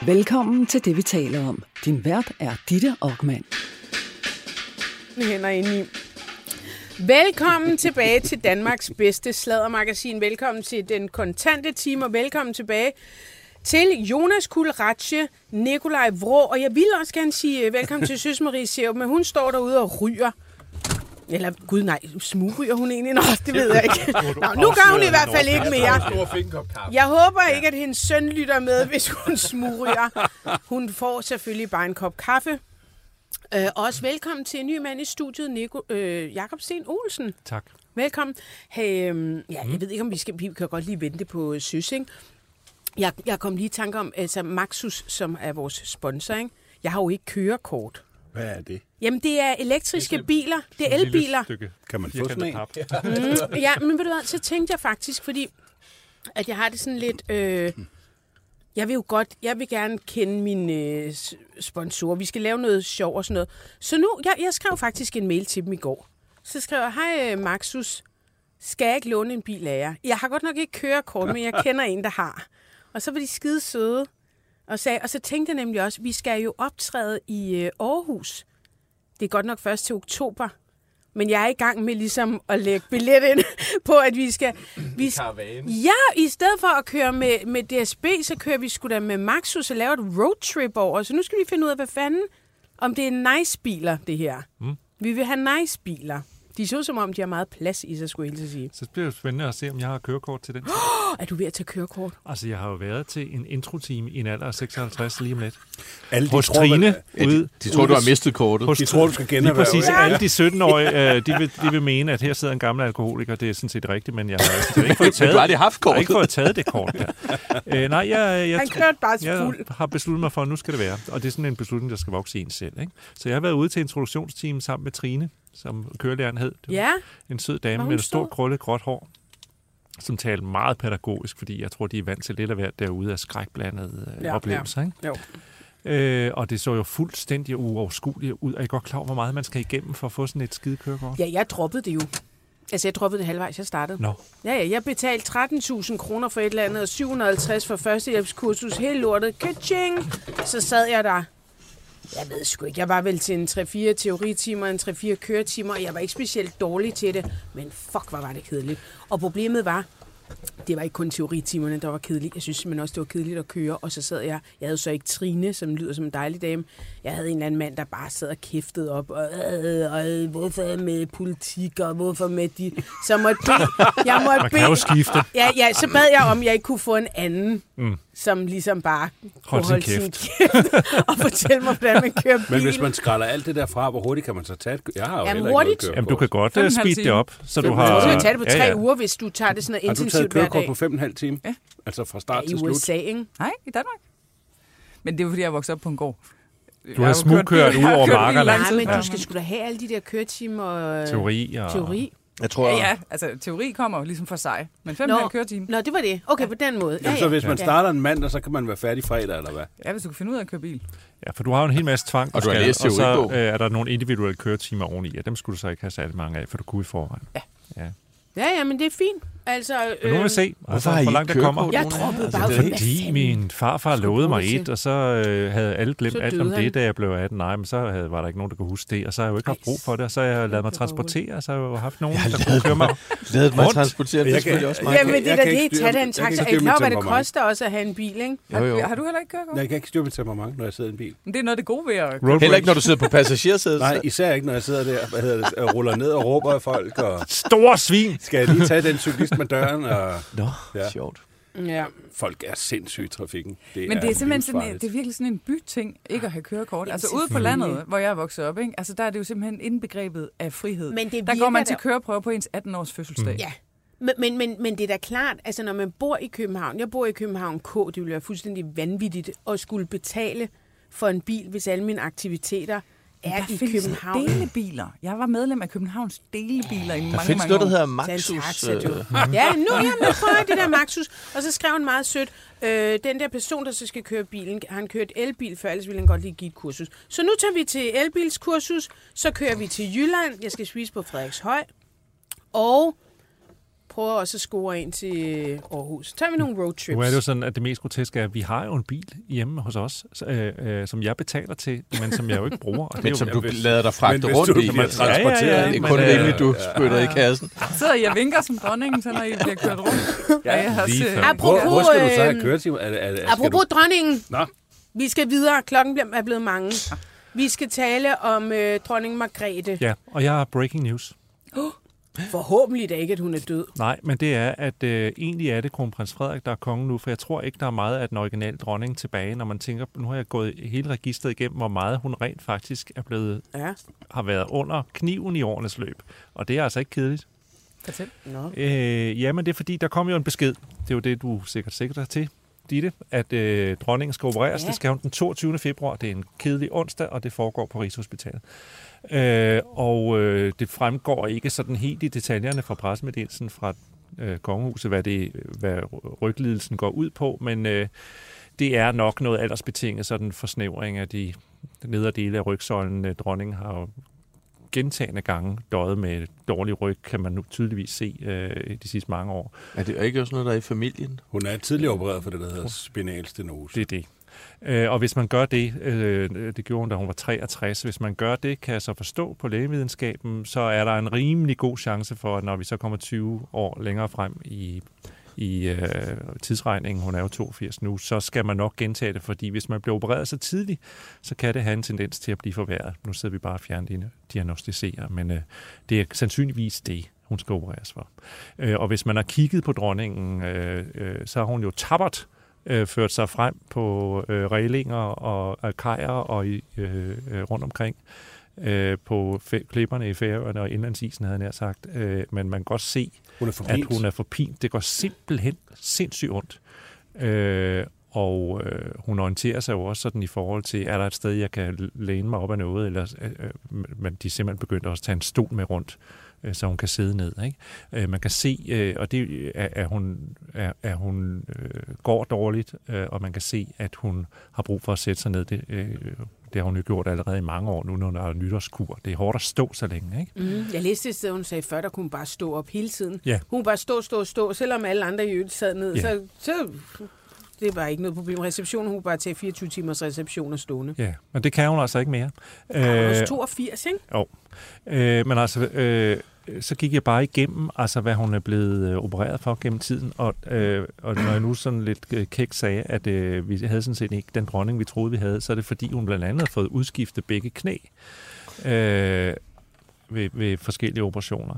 Velkommen til det, vi taler om. Din vært er Ditte Okman. Hænder ind i. Velkommen tilbage til Danmarks bedste sladdermagasin. Velkommen til den kontante time, og velkommen tilbage til Jonas Kulratje, Nikolaj Vrå, og jeg vil også gerne sige velkommen til Søs Marie Sjæv, men hun står derude og ryger. Eller, gud nej, smugryger hun egentlig? Nå, det ved jeg ikke. Nå, nu gør hun i hvert fald ikke mere. Jeg håber ikke, at hendes søn lytter med, hvis hun smugryger. Hun får selvfølgelig bare en kop kaffe. Også velkommen til en ny mand i studiet, Jakob Sten Olsen. Tak. Velkommen. Hey, jeg ved ikke, om vi kan godt lige vente på Søs, ikke? Jeg kom lige i tanke om, altså Maxus, som er vores sponsor, ikke? Jeg har jo ikke kørekort. Hvad er det? Jamen, det er elektriske biler. Det er elbiler. Kan man få sådan en? Ja, men ved du hvad, så tænkte jeg faktisk, fordi at jeg har det sådan lidt... Jeg vil gerne kende mine sponsorer. Vi skal lave noget sjov og sådan noget. Så nu, jeg skrev faktisk en mail til dem i går. Så skrev jeg, hej Maxus, skal jeg ikke låne en bil af jer? Jeg har godt nok ikke kørekort, men jeg kender en, der har. Og så var de skide søde. Og så tænkte jeg nemlig også, vi skal jo optræde i Aarhus. Det er godt nok først til oktober. Men jeg er i gang med ligesom at lægge billet ind på, at vi skal... Ja, i stedet for at køre med DSB, så kører vi sgu da med Maxus og laver et roadtrip over. Så nu skal vi finde ud af, hvad fanden, om det er nice biler, det her. Vi vil have nice biler. De så som om, de har meget plads i sig, skulle jeg helt sige. Så bliver det spændende at se, om jeg har kørekort til den. Er du ved at tage kørekort? Altså, jeg har jo været til en intro-time i en alder af 56 lige om lidt. Alle hos Trine. De tror, du har mistet kortet. De tror, du skal generhverve. Lige præcis. Alle de 17-årige, de vil mene, at her sidder en gammel alkoholiker. Det er sådan set rigtigt, men jeg har ikke fået taget, det kort der. Nej, Han kørte bare fuld. Jeg har besluttet mig for, at nu skal det være. Og det er sådan en beslutning, der skal vokse i en selv. Ikke? Så jeg har været ude til introduktionsteam sammen med Trine, som kørelæreren hed. En sød dame med et stort krølle gråt hår, som talte meget pædagogisk, fordi jeg tror, de er vant til lidt at være derude af skrækblandede oplevelser. Ikke? Jo. Og det så jo fuldstændig uoverskueligt ud. Er I godt klar over, hvor meget man skal igennem for at få sådan et skide kørekort? Ja, jeg droppede det jo. Altså, jeg droppede det halvvejs, jeg startede. Nå. Ja, jeg betalte 13.000 kroner for et eller andet, og 750 for førstehjælpskursus, hele lortet. Ka-ching! Så sad jeg der. Jeg ved sgu ikke. Jeg var vel til en 3-4 teoritimer, en 3-4 køretimer, og jeg var ikke specielt dårlig til det. Men fuck, hvor var det kedeligt. Og problemet var, det var ikke kun teoritimerne, der var kedeligt. Jeg synes simpelthen også, det var kedeligt at køre. Og så sad jeg havde så ikke Trine, som lyder som en dejlig dame. Jeg havde en eller anden mand, der bare sad og kæftede op. Og hvorfor med politik, og hvorfor med de... Så måtte jeg måtte man kan jo skifte. Ja, så bad jeg om, jeg ikke kunne få en anden, som ligesom bare kunne holde sin kæft og fortælle mig, hvordan man kører bil. Men hvis man skræller alt det der fra, hvor hurtigt kan man så tage et... Jeg har jo heller ikke hurtigt. noget Jamen, du kan godt speede det op. Så du har... Du kan tage det på 3 uger, hvis du tager det sådan noget intensivt hver dag. Har du taget kørekort på 5,5 timer? Ja. Altså fra start til slut? I USA, ikke? Nej, i Danmark. Men det er jo, fordi jeg er vokset op på en gård. Du har smugkørt ud over markerne. Nej, men du skal sgu da have alle de der køretimer. Teori. Jeg tror... Ja, altså teori kommer ligesom for sig. Men 5,5 køretime. Nå, det var det. Okay, på den måde. Jamen, så hvis man starter en mandag, så kan man være færdig fredag, eller hvad? Ja, hvis du kan finde ud af at køre bil. Ja, for du har jo en hel masse tvang. Og du har læst teoribog. Og så er der nogle individuelle køretimer oveni, og dem skulle du så ikke have særlig mange af, for du kunne i forvejen. Ja, men det er fint. Altså, men nu vil vi se, hvor langt der kommer. Jeg droppede bare fordi min farfar lovede mig et, og så havde alle glemt alt om det, da jeg blev 18. Nej, men så var der ikke nogen, der kunne huske det, og så har jeg jo ikke haft brug for det, og så har jeg lavet mig transportere, og så har jeg jo haft nogen, der kunne køre mig lavet mig transportere, det er selvfølgelig også mig. Jamen, det er da det. Tag da en taxa. Jeg klar, hvad det koster også at have en bil, ikke? Har du heller ikke kørekort? Jeg kan ikke styre mit temperament, når jeg sidder i en bil. Men det er noget det gode ved at køre. Heller ikke, når du sidder på passagersædet? Nej, især ikke, når jeg sidder der, ruller ned og råber af folk. Store svin! Skal jeg lige tage den cyklist med døren? Sjovt. Ja. Folk er sindssyge i trafikken. Men det er simpelthen sådan, det er virkelig sådan en byting, ikke at have kørekort. Altså ude på landet, hvor jeg er vokset op, ikke? Altså der er det jo simpelthen indbegrebet af frihed. Men der går man til køreprøve på ens 18-års fødselsdag. Ja. Men det er da klart, altså når man bor i København, jeg bor i København K, det ville være fuldstændig vanvittigt at skulle betale for en bil, hvis alle mine aktiviteter er i København. Delebiler. Jeg var medlem af Københavns delebiler i mange år. Der findes noget, der hedder Maxus. Ja, nu er jeg prøver det der Maxus. Og så skrev han meget sødt, den der person, der så skal køre bilen, han kørt elbil før, ellers ville han godt lige give et kursus. Så nu tager vi til elbilskursus, så kører vi til Jylland, jeg skal spise på Frederikshøj, og prøver også at score ind til Aarhus. Så tager vi nogle roadtrips. Nu er det jo sådan, at det mest groteske er, at vi har jo en bil hjemme hos os, som jeg betaler til, men som jeg jo ikke bruger. Og men som du lader dig fragte rundt i. Man transporterer. Det er kun rimeligt, du spytter i kassen. Så jeg vinker som dronningen, så når I bliver kørt rundt. Hvor skal du så have køretid? Apropos dronningen. Nå. Vi skal videre. Klokken er blevet mange. Vi skal tale om dronning Margrethe. Ja, og jeg har breaking news. Forhåbentlig da ikke, at hun er død. Nej, men det er, at egentlig er det kronprins Frederik, der er kongen nu, for jeg tror ikke, der er meget af den originale dronning tilbage, når man tænker, nu har jeg gået hele registret igennem, hvor meget hun rent faktisk er blevet, har været under kniven i årenes løb. Og det er altså ikke kedeligt. Fortæl. Jamen, det er fordi, der kom jo en besked. Det er jo det, du sikkert er til, Ditte, at dronningen skal opereres. Ja. Det skal hun den 22. februar. Det er en kedelig onsdag, og det foregår på Rigshospitalet. Det fremgår ikke sådan helt i detaljerne fra pressemeddelelsen fra kongehuset, hvad ryglidelsen går ud på, men det er nok noget aldersbetinget sådan forsnævring af de nedre dele af rygsøjlen. Dronningen har jo gentagne gange døjet med dårlig ryg, kan man nu tydeligvis se de sidste mange år. Er det ikke også noget, der er i familien? Hun er tidligere opereret for det, der hedder spinalstenose. Det er det. Og hvis man gør det, det gjorde hun, da hun var 63, hvis man gør det, kan jeg så forstå på lægevidenskaben, så er der en rimelig god chance for, at når vi så kommer 20 år længere frem i tidsregningen, hun er jo 82 nu, så skal man nok gentage det, fordi hvis man bliver opereret så tidligt, så kan det have en tendens til at blive forværret. Nu sidder vi bare og fjerndiagnostiserer, men det er sandsynligvis det, hun skal opereres for. Og hvis man har kigget på dronningen, så har hun jo tappert ført sig frem på rælinger og kajer og rundt omkring på klipperne i Færøerne og indlandsisen, havde jeg nær sagt. Men man kan godt se, at hun er forpint. Det går simpelthen sindssygt ondt. Hun orienterer sig jo også sådan i forhold til, er der et sted, jeg kan læne mig op af noget, eller men de simpelthen begyndte også at tage en stol med rundt, så hun kan sidde ned. Ikke? Man kan se, og det er hun går dårligt, og man kan se, at hun har brug for at sætte sig ned. Det har hun jo gjort allerede i mange år nu, når der er nytårskur. Det er hårdt at stå så længe, ikke? Jeg læste et sted, hun sagde før, der kunne hun bare stå op hele tiden. Ja. Hun bare stå, selvom alle andre i øvrigt sad ned. Ja. Så det var ikke noget problem. Receptionen, hun kunne bare tage 24 timers reception og stående. Ja, men det kan hun altså ikke mere. Hun er 82, ikke? Jo. Men altså, så gik jeg bare igennem, altså, hvad hun er blevet opereret for gennem tiden, og når jeg nu sådan lidt kæk sagde, at vi havde sådan set ikke den dronning, vi troede, vi havde, så er det fordi, hun blandt andet har fået udskiftet begge knæ ved forskellige operationer.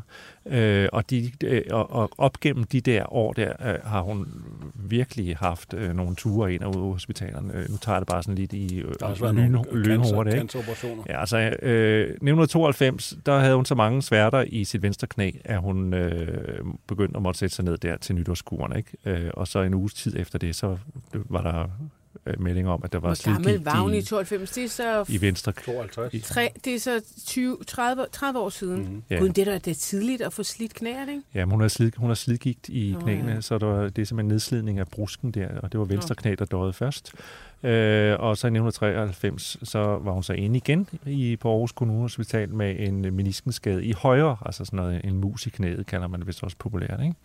Og op gennem de der år der, har hun virkelig haft nogle ture ind og ud af hospitalerne. Nu tager det bare sådan lidt i lynhurtigt. Ja, altså, 1992, der havde hun så mange sværter i sit venstre knæ, at hun begyndte at måtte sætte sig ned der til nytårskuren, ikke? Og så en uges tid efter det, så var der melding om, at der var slidgigt i 92, det er så i venstre 52. Det er så 30 år siden. Mm-hmm. Ja. Gud, det er tidligt at få slidt knæerne, ikke? Ja, men hun har slidgigt i knæene, så det er simpelthen nedslidning af brusken der, og det var venstre knæ, der døde først. Og så i 1993, så var hun så inde igen på Aarhus Kommunehospital med en meniskenskade i højre, altså sådan noget, en mus i knæet, kalder man det vist også populært, ikke?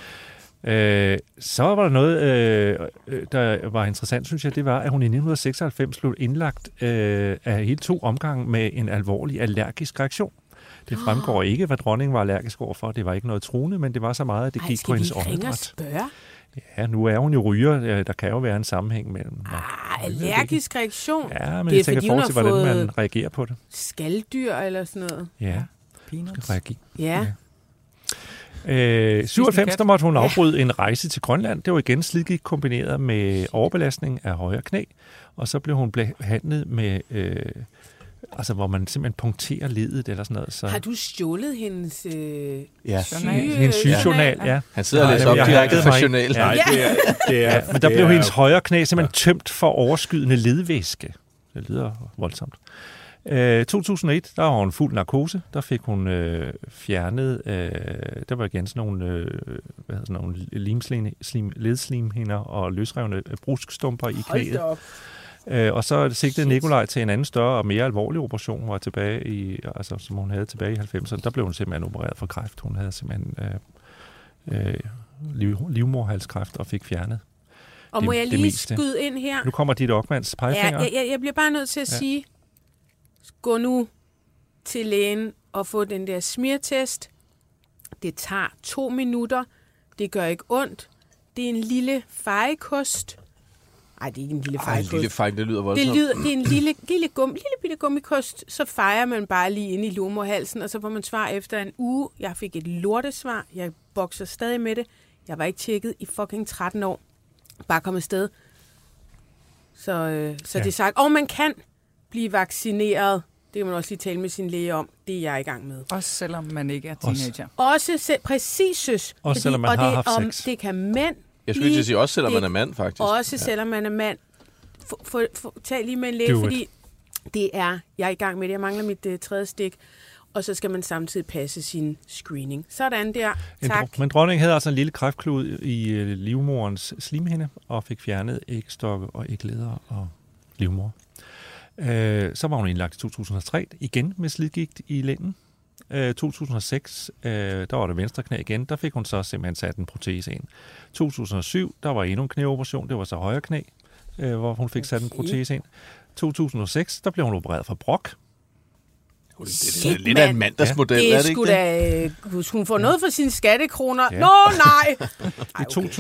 Så var der noget, der var interessant, synes jeg, det var, at hun i 1996 blev indlagt af hele 2 omgange med en alvorlig allergisk reaktion. Det fremgår ikke, hvad dronningen var allergisk overfor. Det var ikke noget truende, men det var så meget, at det gik på hendes åndedræt. Ja, nu er hun jo ryger. Der kan jo være en sammenhæng mellem... Allergisk reaktion? Ja, men det er, jeg tænker forhold til, hvordan man reagerer på det. Skaldyr eller sådan noget? Ja, peanuts. Ja. 97, der måtte hun afbryde en rejse til Grønland. Det var igen slidgigt kombineret med overbelastning af højre knæ. Og så blev hun behandlet med... hvor man simpelthen punkterer ledet eller sådan noget. Så... Har du stjålet hendes hendes sygejournal? Ja. Han sidder lidt op direkte fra journal. Nej, det er men der blev hendes højre knæ simpelthen tømt for overskydende ledvæske. Det lyder voldsomt. 2001, der var hun fuld narkose. Der fik hun fjernet, der var igen sådan nogle ledslimhinder og løsrevne bruskstumper i knæet. Og så sigtede Nikolaj til en anden større og mere alvorlig operation, hun var tilbage som hun havde tilbage i 90'erne. Der blev hun simpelthen opereret for kræft. Hun havde simpelthen livmorhalskræft og fik fjernet. Og må jeg lige skyde ind her? Nu kommer dit Ockmanns pegefinger. Ja, jeg bliver bare nødt til at sige, gå nu til lægen og få den der smirtest. Det tager 2 minutter. Det gør ikke ondt. Det er en lille fejekost. Nej, det er ikke en lille fejekost. En lille fej, det lyder voldsomt. Det er en lille bitte gummikost. Så fejer man bare lige ind i livmoderhalsen, og så får man svar efter en uge. Jeg fik et lortesvar. Jeg bokser stadig med det. Jeg var ikke tjekket i fucking 13 år. Bare kom afsted. Så det er sagt. Og man kan blive vaccineret. Det kan man også lige tale med sin læge om. Det er jeg i gang med. Også selvom man ikke er teenager. Præcis, søs. Også selvom man har haft sex. Det kan mænd. Jeg skulle ikke sige også selvom man er mand, faktisk. Også selvom man er mand. Tag lige med en læge, fordi det er, jeg er i gang med det. Jeg mangler mit 3. stik. Og så skal man samtidig passe sin screening. Sådan der. Tak. Men dronningen havde altså en lille kræftklud i livmorens slimhinde, og fik fjernet æggestokke og ægleder og livmor. Så var hun indlagt i 2003, igen med slidgigt i lænden. 2006, der var det venstre knæ igen, der fik hun så simpelthen sat en protese ind. 2007, der var endnu en knæoperation, det var så højre knæ, hvor hun fik sat en protese ind. 2006, der blev hun opereret for brok. Det er lidt af en mandagsmodel, det er det ikke det? Hvis hun får noget for sine skattekroner. Ja. Nej! I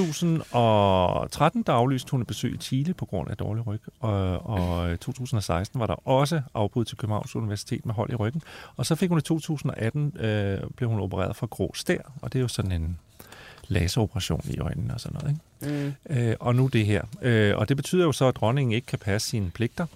2013, der aflyste hun et besøg i Chile på grund af dårlig ryg. Og i 2016 var der også afbud til Københavns Universitet med hold i ryggen. Og så fik hun i 2018, blev hun opereret for grå stær, og det er jo sådan en laseroperation i øjnene og sådan noget. Ikke? Og nu det her. Og det betyder jo så, at dronningen ikke kan passe sine pligter.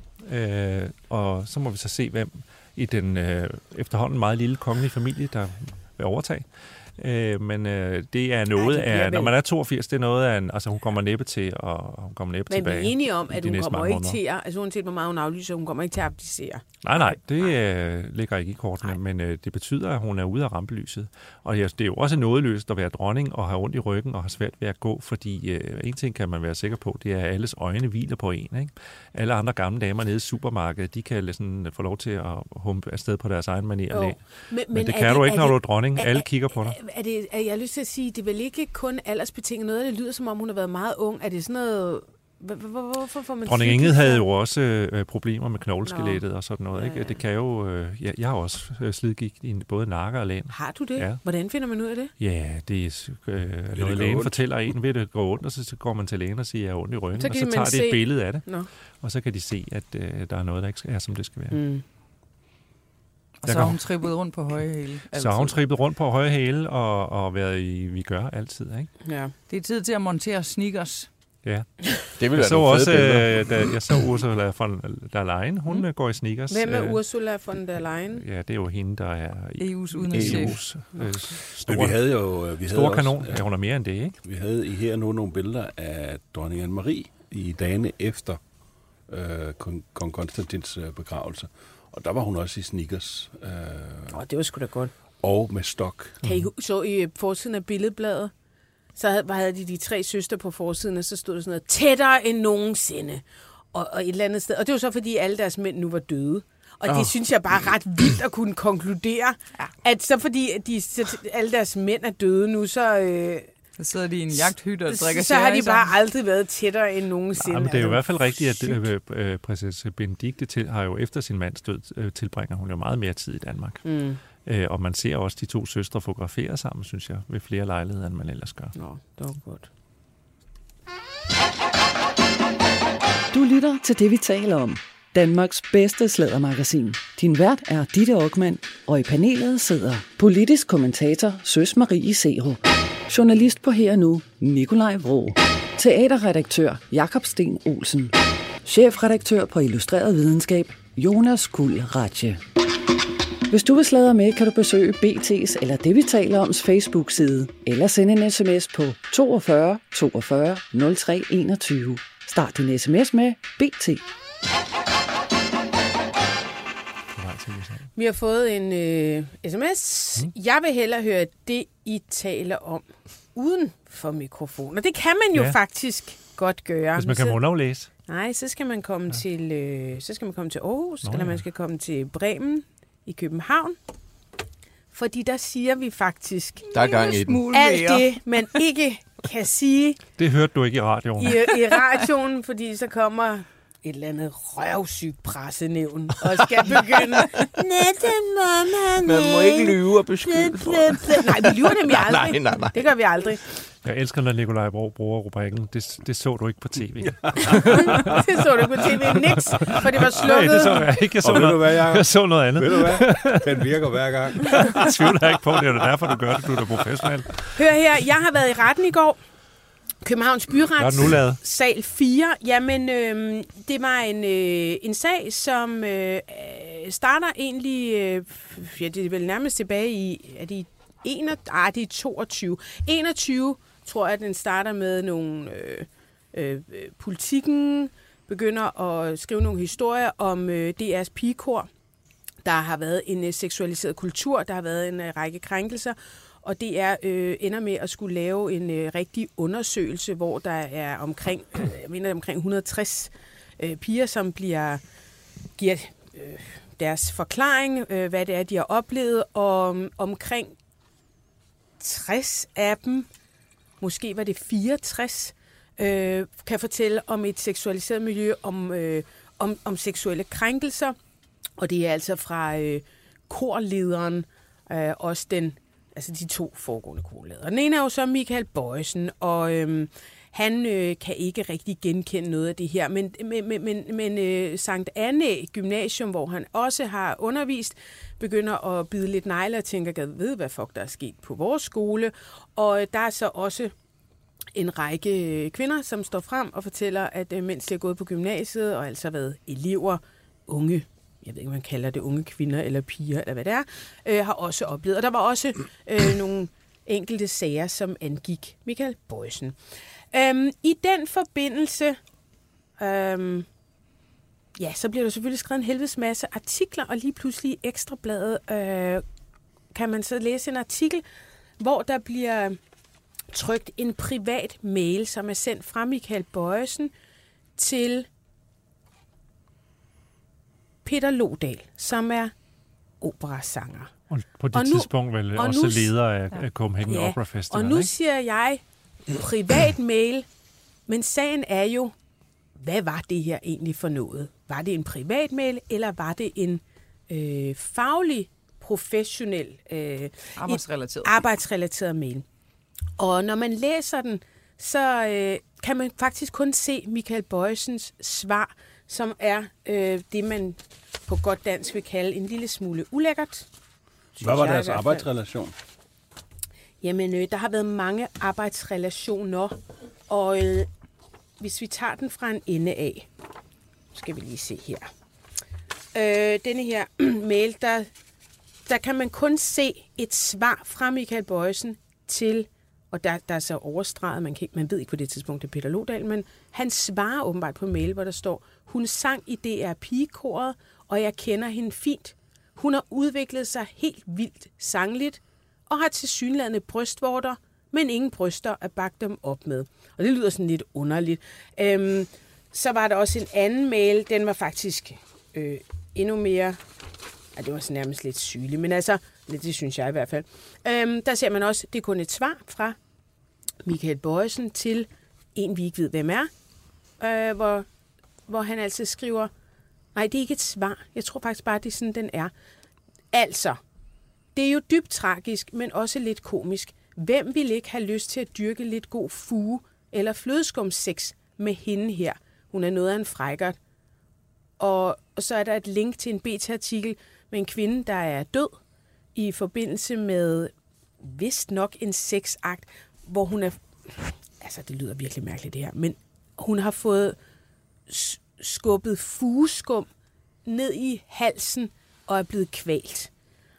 Og så må vi så se, hvem i den efterhånden meget lille kongelige familie, der vil overtage. Men det er noget af, når man er 82, det er noget af en, altså hun kommer næppe til, og hun kommer næppe tilbage. Men vi er enige om, at hun kommer ikke til at, altså uanset hvor meget hun aflyser, hun kommer ikke til at abdicere. Nej, det ligger ikke i kortene, men det betyder, at hun er ude af rampelyset. Og det er jo også nådeløst at være dronning og have ondt i ryggen og have svært ved at gå, fordi en ting kan man være sikker på, det er, at alles øjne hviler på en. Ikke? Alle andre gamle damer nede i supermarkedet, de kan sådan få lov til at humpe afsted på deres egen manér. Men det kan du ikke, når du er dronning. Alle kigger på dig. Jeg har lyst til at sige, det er vel ikke kun aldersbetinget noget, det lyder som om, hun har været meget ung. Er det sådan noget... Hvorfor får man Dronning Ingrid havde jo også problemer med knogleskelettet og sådan noget. Ikke? Det kan jo... jeg har også slidgigt i både nakke og lænd. Har du det? Ja. Hvordan finder man ud af det? Ja, det er noget, lægen fortæller en ved det går ondt, og så går man til lægen og siger, at jeg er ondt i ryggen, og så tager de et billede af det. Og så kan de se, at der er noget, der ikke er, som det skal være. Og så har hun trippet rundt på høje hæle. Altid. Så har hun trippet rundt på høje hæle og været i vi gør altid, ikke? Ja. Det er tid til at montere sneakers. Ja. Det vil være nogle fede billeder. Jeg så Ursula von der Leyen. Hun går i sneakers. Hvem er Ursula von der Leyen? Ja, det er jo hende, der er EU's udenrigschef. Store kanon. Ja, hun er mere end det, ikke? Vi havde i her nu nogle billeder af dronning Anne-Marie i dagene efter kong Konstantins begravelse. Og der var hun også i sneakers. Det var sgu da godt. Og med stok. Kan I så i forsiden af billedbladet, så havde de 3 søstre på forsiden, og så stod der sådan noget, tættere end nogensinde. Og et eller andet sted. Og det var så, fordi alle deres mænd nu var døde. Og det synes jeg bare er ret vildt at kunne konkludere, at så fordi alle deres mænd er døde nu, så sidder de i en jagthytte og drikker så har de bare aldrig været tættere end nogensinde. Men det er jo i hvert fald rigtigt, at prinsesse Benedikte har jo efter sin mands død tilbringer hun jo meget mere tid i Danmark. Og man ser også de 2 søstre fotografere sammen, synes jeg, ved flere lejligheder, end man ellers gør. Nå, det var godt. Du lytter til det, vi taler om. Danmarks bedste sladdermagasin. Din vært er Ditte Okman, og i panelet sidder politisk kommentator Søs Marie Serup, journalist på Her Nu, Nikolaj Vrå, teaterredaktør Jakob Sten Olsen, chefredaktør på Illustreret Videnskab Jonas Kuhl Ratje. Hvis du vil sladre med, kan du besøge BT's eller det, vi taler oms Facebook-side, eller sende en sms på 42 42 03 21. Start din sms med BT. Vi har fået en sms. Jeg vil hellere høre det, I taler om, uden for mikrofon. Og det kan man jo faktisk godt gøre. Hvis man kan underlæse. Nej, så skal man komme til Aarhus, eller man skal komme til Bremen i København. Fordi der siger vi faktisk der er gang i den. Alt det, man ikke kan sige. Det hørte du ikke i radioen. I radioen, fordi så kommer et eller andet røvsygt pressenævn og skal begynde. Man må ikke lyve og beskylde. Nej, vi lyver nemlig aldrig. Nej. Det gør vi aldrig. Jeg elsker, når Nikolaj Bro bruger rubrikken. Det så du ikke på tv. Det så du ikke på tv. Niks, for det var slukket. Nej, det så jeg ikke. Jeg så noget andet. Ved du hvad? Den virker hver gang. Jeg tvivler ikke på det, og det er derfor, du gør det. Du er da professionel. Hør her, jeg har været i retten i går. Københavns Byret, sal 4. Jamen, det var en sag, som starter egentlig, det er vel nærmest tilbage i, det er 22. 21, tror jeg, den starter med nogle politikken, begynder at skrive nogle historier om DR's pigekor. Der har været en seksualiseret kultur, der har været en række krænkelser, og det ender med at skulle lave en rigtig undersøgelse, hvor der er omkring 160 piger, som giver deres forklaring, hvad det er, de har oplevet, og omkring 60 af dem, måske var det 64, kan fortælle om et seksualiseret miljø, om seksuelle krænkelser, og det er altså fra korlederen, også de to foregående korledere. Den ene er jo så Michael Bojesen, og han kan ikke rigtig genkende noget af det her, men Sankt Anne Gymnasium, hvor han også har undervist, begynder at bide lidt negle og tænker, jeg ved, hvad fuck der er sket på vores skole, og der er så også en række kvinder, som står frem og fortæller, at mens de er gået på gymnasiet, og altså været elever, unge, jeg ved ikke, man kalder det unge kvinder eller piger, eller hvad det er, har også oplevet. Og der var også nogle enkelte sager, som angik Michael Bojesen. I den forbindelse, så bliver der selvfølgelig skrevet en helvedes masse artikler, og lige pludselig i Ekstrabladet kan man så læse en artikel, hvor der bliver trykt en privat mail, som er sendt fra Michael Bojesen til Peter Lodal, som er operasanger. Og på det tidspunkt vel også leder af Copenhagen Opera Festival. Og nu siger jeg privat mail, men sagen er jo, hvad var det her egentlig for noget? Var det en privat mail, eller var det en faglig, professionel, arbejdsrelateret mail? Og når man læser den, så kan man faktisk kun se Michael Bojsens svar, som er det, man på godt dansk vil kalde en lille smule ulækkert. Hvad var deres arbejdsrelation? Jamen, der har været mange arbejdsrelationer, og hvis vi tager den fra en ende af, skal vi lige se her. Denne her mail, der kan man kun se et svar fra Michael Bojsen til, og der er så overstreget, man ved ikke på det tidspunkt, det er Peter Lodal, men han svarer åbenbart på mail, hvor der står, hun sang i DR Pigekoret, og jeg kender hende fint. Hun har udviklet sig helt vildt sangligt, og har tilsyneladende brystvorter, men ingen bryster at bakke dem op med. Og det lyder sådan lidt underligt. Så var der også en anden mail, den var faktisk endnu mere, det var så nærmest lidt sygelig, men altså, det synes jeg i hvert fald. Der ser man også, det er kun et svar fra Michael Bojsen til en, vi ikke ved, hvem er, hvor han altså skriver, nej, det er ikke et svar. Jeg tror faktisk bare, det er sådan, den er. Altså, det er jo dybt tragisk, men også lidt komisk. Hvem vil ikke have lyst til at dyrke lidt god fuge eller flødeskumsex med hende her? Hun er noget af en frækkert. Og så er der et link til en beta-artikel med en kvinde, der er død i forbindelse med vist nok en sexakt, hvor hun er... Altså, det lyder virkelig mærkeligt det her, men hun har fået skubbet fugeskum ned i halsen og er blevet kvalt.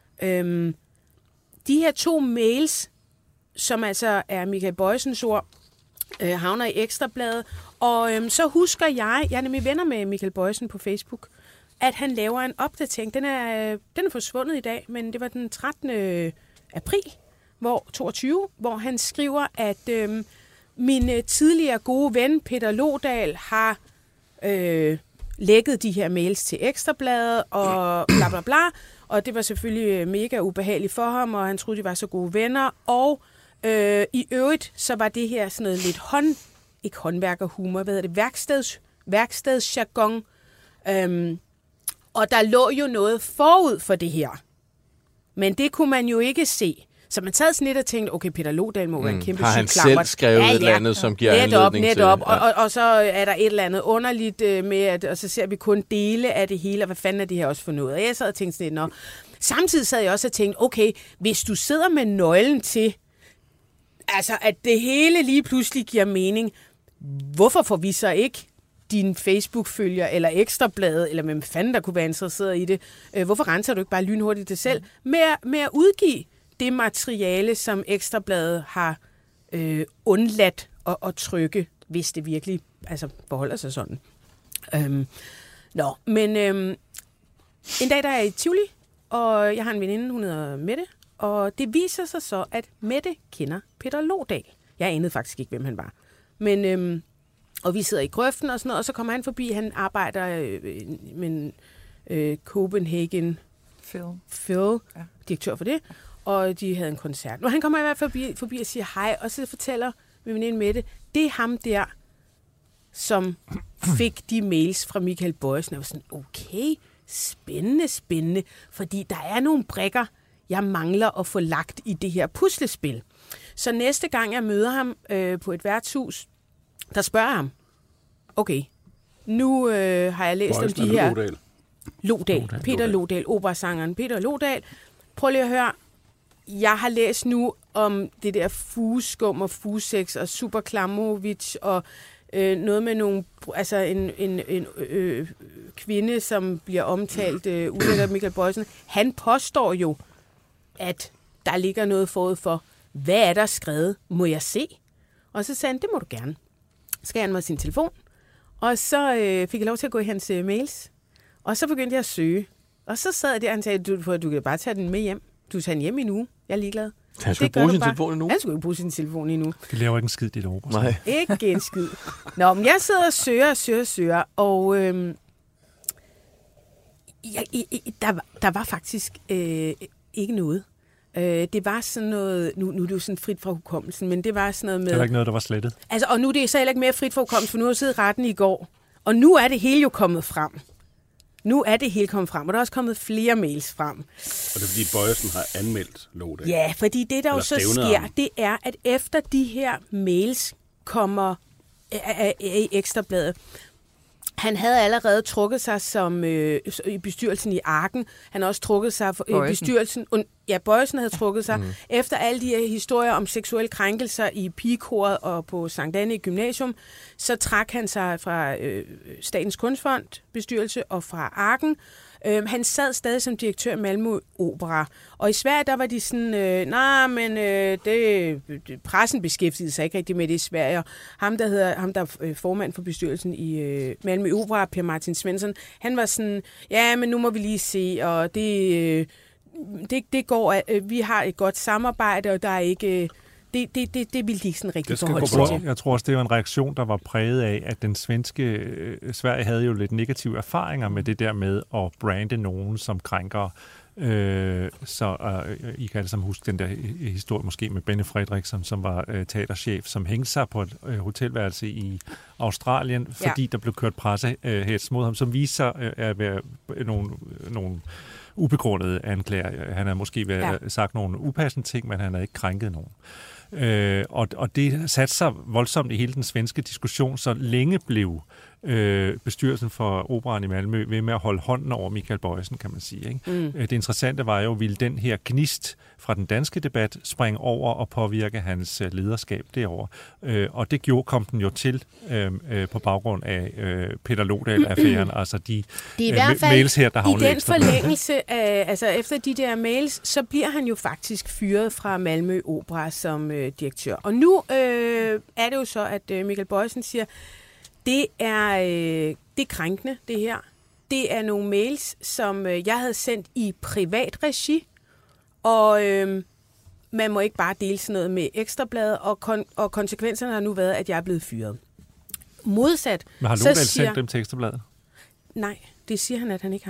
De her to mails, som altså er Michael Bojsens ord, havner i Ekstrabladet. Og så husker jeg er nemlig venner med Michael Bojsen på Facebook, at han laver en opdatering. Den er forsvundet i dag, men det var den 13. april 22, hvor han skriver, at min tidligere gode ven Peter Lodal har lækket de her mails til Ekstrabladet og bla bla bla. Og det var selvfølgelig mega ubehageligt for ham, og han troede, de var så gode venner. Og i øvrigt, så var det her sådan noget lidt ikke håndværkerhumor, hvad hedder det, værkstedsjargon. Og der lå jo noget forud for det her. Men det kunne man jo ikke se. Så man sad sådan lidt og tænkte, okay, Peter Lodal må være en kæmpe har han selv skrevet et eller andet, som giver anledning til? Netop. Og så er der et eller andet underligt med, og så ser vi kun dele af det hele, og hvad fanden er det her også for noget? Og jeg sad og tænkte sådan lidt, samtidig sad jeg også og tænkte, okay, hvis du sidder med nøglen til, altså at det hele lige pludselig giver mening, hvorfor får vi så ikke dine Facebook-følger, eller Ekstrabladet, eller hvem fanden der kunne være interesseret i det? Hvorfor renser du ikke bare lynhurtigt det selv? Med at udgive det materiale, som Ekstrabladet har undladt at trykke, hvis det virkelig forholder sig sådan. Men en dag der er jeg i Tivoli, og jeg har en veninde, hun hedder Mette, og det viser sig så, at Mette kender Peter Lodal. Jeg anede faktisk ikke, hvem han var. Men og vi sidder i grøften og sådan noget, og så kommer han forbi. Han arbejder med Copenhagen Phil, direktør for det, og de havde en koncert. Og han kommer i hvert fald forbi og siger hej, og så fortæller min veninde Mette, det er ham der, som fik de mails fra Michael Bojesen. Jeg var sådan, okay, spændende, fordi der er nogle brikker, jeg mangler at få lagt i det her puslespil. Så næste gang jeg møder ham på et værtshus, der spørger jeg ham, okay, nu har jeg læst Bojesen om de her... Lodal. Peter Lodal, operasangeren Peter Lodal. Prøv lige at høre, jeg har læst nu om det der Fugeskum og Fugesex og Superklamovic og noget med nogle, altså en kvinde, som bliver omtalt ulækkert Michael Bojesen. Han påstår jo, at der ligger noget forud for, hvad er der skrevet? Må jeg se? Og så sagde han, det må du gerne. Så gav han mig sin telefon, og så fik jeg lov til at gå i hans mails. Og så begyndte jeg at søge. Og så sad jeg der, og han sagde, du kan bare tage den med hjem. Du tager den hjem endnu. Jeg er ligeglad. Han skulle ikke bruge sin telefon endnu. Han skulle ikke bruge sin telefon endnu. Det laver ikke en skid, dit ord. Nej. Ikke en skid. Nå, men jeg sidder og søger, og der var faktisk ikke noget. Det var sådan noget, nu er det jo sådan frit fra hukommelsen, men det var sådan noget med... Der var ikke noget, der var slettet. Altså, og nu er det så heller ikke mere frit fra hukommelsen, for nu har jeg siddet i retten i går, og nu er det hele jo kommet frem. Og der er også kommet flere mails frem. Og det er fordi Bojesen har anmeldt Lodal. Ja, fordi det der jo så sker, det er, at efter de her mails kommer i Ekstrabladet, han havde allerede trukket sig som i bestyrelsen i Arken. Han har også trukket sig i bestyrelsen. Bojesen havde trukket sig. Efter alle de her historier om seksuelle krænkelser i pigekoret og på Sankt Anne Gymnasium, så trak han sig fra Statens Kunstfond bestyrelse og fra Arken. Han sad stadig som direktør i Malmø Opera. Og i Sverige, der var de sådan, pressen beskæftigede sig ikke rigtig med det i Sverige. Ham, der er formand for bestyrelsen i Malmø Opera, Per Martin Svensson, han var sådan, ja, men nu må vi lige se, og det går, vi har et godt samarbejde, og der er ikke... Det ville de ikke sådan rigtig forholde sig til. Jeg tror også, det var en reaktion, der var præget af, at den svenske... Sverige havde jo lidt negative erfaringer med det der med at brande nogen som krænker. I kan alle sammen huske den der historie måske med Benny Fredriksson, som var teaterchef, som hængte sig på et hotelværelse i Australien, fordi der blev kørt pressehets mod ham, som viste sig at være nogle ubegrundede anklager. Han har måske sagt nogle upassende ting, men han har ikke krænket nogen. Og det satte sig voldsomt i hele den svenske diskussion, så længe blev bestyrelsen for Operaen i Malmø ved med at holde hånden over Michael Bojesen, kan man sige. Ikke? Det interessante var jo, ville den her gnist fra den danske debat springe over og påvirke hans lederskab derovre. Og det kom den jo til på baggrund af Peter Lodal-affæren, altså de mails her, der havnede i den forlængelse af, altså efter de der mails, så bliver han jo faktisk fyret fra Malmø Opera som direktør. Og nu er det jo så, at Michael Bojesen siger, det er krænkende, det her. Det er nogle mails, som jeg havde sendt i privat regi, og man må ikke bare dele sådan noget med Ekstrabladet, og konsekvenserne har nu været, at jeg er blevet fyret. Modsat. Men har Lodal sendt dem til Ekstrabladet? Nej, det siger han, at han ikke har. Nå.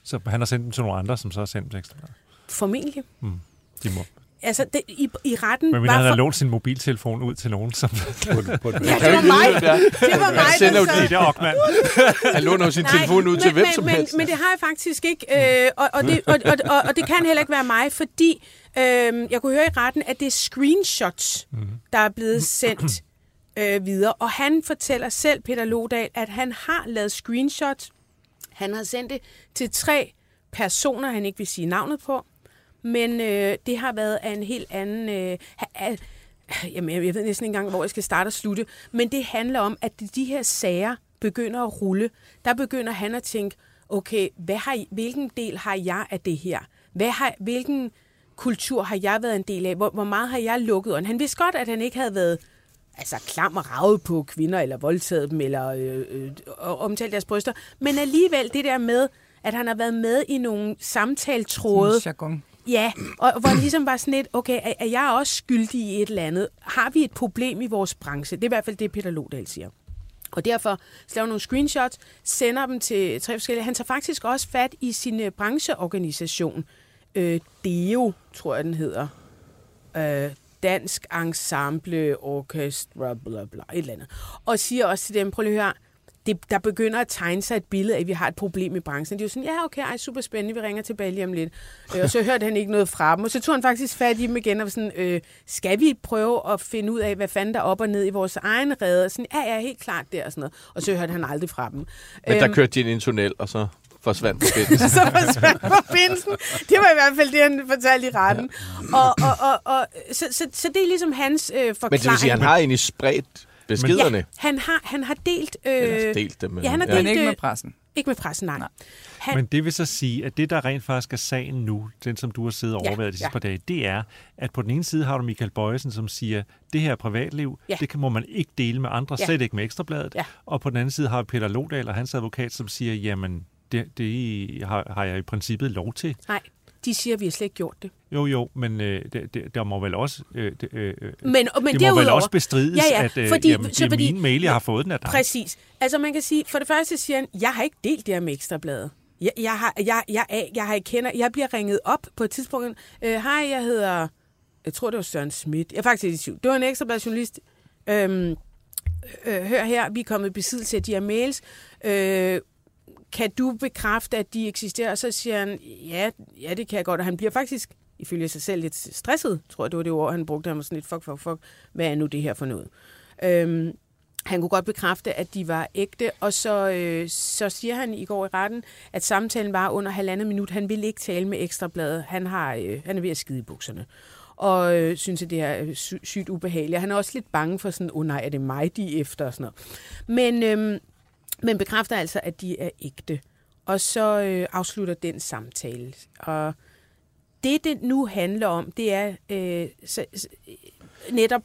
Så han har sendt dem til nogle andre, som så har sendt dem ekstra. Formentlig. De må. Altså, i retten... Men han havde lånt sin mobiltelefon ud til nogen, som... Ja, det var mig! Det var mig, sender der det er Ockmann. Han låner jo sin telefon ud til hvem som helst. Men det har jeg faktisk ikke, og det kan heller ikke være mig, fordi jeg kunne høre i retten, at det er screenshots, der er blevet sendt videre. Og han fortæller selv, Peter Lodal, at han har lavet screenshots. Han har sendt det til 3 personer, han ikke vil sige navnet på. Men det har været af en helt anden... Jamen, jeg ved næsten ikke engang, hvor jeg skal starte og slutte. Men det handler om, at de her sager begynder at rulle. Der begynder han at tænke, okay, hvilken del har jeg af det her? Hvilken kultur har jeg været en del af? Hvor meget har jeg lukket? Og han vidste godt, at han ikke havde været klam og ravet på kvinder, eller voldtaget dem, eller omtalt deres bryster. Men alligevel det der med, at han har været med i nogle samtaletråde. Ja, og hvor han ligesom var sådan lidt, okay, er jeg også skyldig i et eller andet? Har vi et problem i vores branche? Det er i hvert fald det, Peter Lodal siger. Og derfor laver nogle screenshots, sender dem til 3 forskellige. Han tager faktisk også fat i sin brancheorganisation. DEO, tror jeg, den hedder. Dansk Ensemble Orchestra, bla bla, et eller andet. Og siger også til dem, prøv lige at høre, der begynder at tegne sig et billede af, at vi har et problem i branchen. De er jo sådan, ja, okay, super spændende, vi ringer tilbage lige om lidt. Og så hørte han ikke noget fra dem, og så tog han faktisk fat i dem igen og var sådan, skal vi prøve at finde ud af, hvad fanden der er op og ned i vores egen rede? Og sådan, ja, helt klart der og sådan noget. Og så hørte han aldrig fra dem. Men der kørte de ind i en tunnel, og så forsvandt forbindelsen. Så forsvandt forbindelsen. Det var i hvert fald det, han fortalte i retten. Så det er ligesom hans forklaring. Men det vil sige, han har egentlig spredt beskederne. Ja, han har delt... delt dem. Ja, han har delt, men ikke med pressen. Ikke med pressen, nej. Men det vil så sige, at det, der rent faktisk er sagen nu, den som du har siddet og overvejet de sidste par dage, det er, at på den ene side har du Michael Bojesen, som siger, det her privatliv, det må man ikke dele med andre, slet ikke med Ekstrabladet. Ja. Og på den anden side har Peter Lodal og hans advokat, som siger, jamen, det har jeg i princippet lov til. Nej. De siger, at vi har slet ikke gjort det. Jo, men der må vel også det må vel også bestrides, at det er min mail, jeg har fået den af dig. Præcis. Altså man kan sige, for det første siger han, jeg har ikke delt det her med Ekstrabladet. Jeg bliver ringet op på et tidspunkt. Hej, jeg hedder, jeg tror det var Søren Schmidt. Jeg er faktisk ikke i tvivl. Det var en Ekstrabladet journalist. Hør her, vi er kommet i besiddelse af de her mails. Kan du bekræfte, at de eksisterer? Og så siger han, ja, det kan jeg godt. Og han bliver faktisk, ifølge sig selv, lidt stresset, tror jeg, det var det ord, han brugte. Han var sådan lidt, fuck, hvad er nu det her for noget? Han kunne godt bekræfte, at de var ægte, og så siger han i går i retten, at samtalen var under 1,5 minut. Han ville ikke tale med Ekstrabladet. Han er ved at skide i bukserne. Og synes, at det er sygt ubehageligt. Han er også lidt bange for sådan, nej, er det mig, de er efter? Og sådan noget. Men bekræfter altså, at de er ægte. Og så afslutter den samtale. Og det nu handler om, det er netop,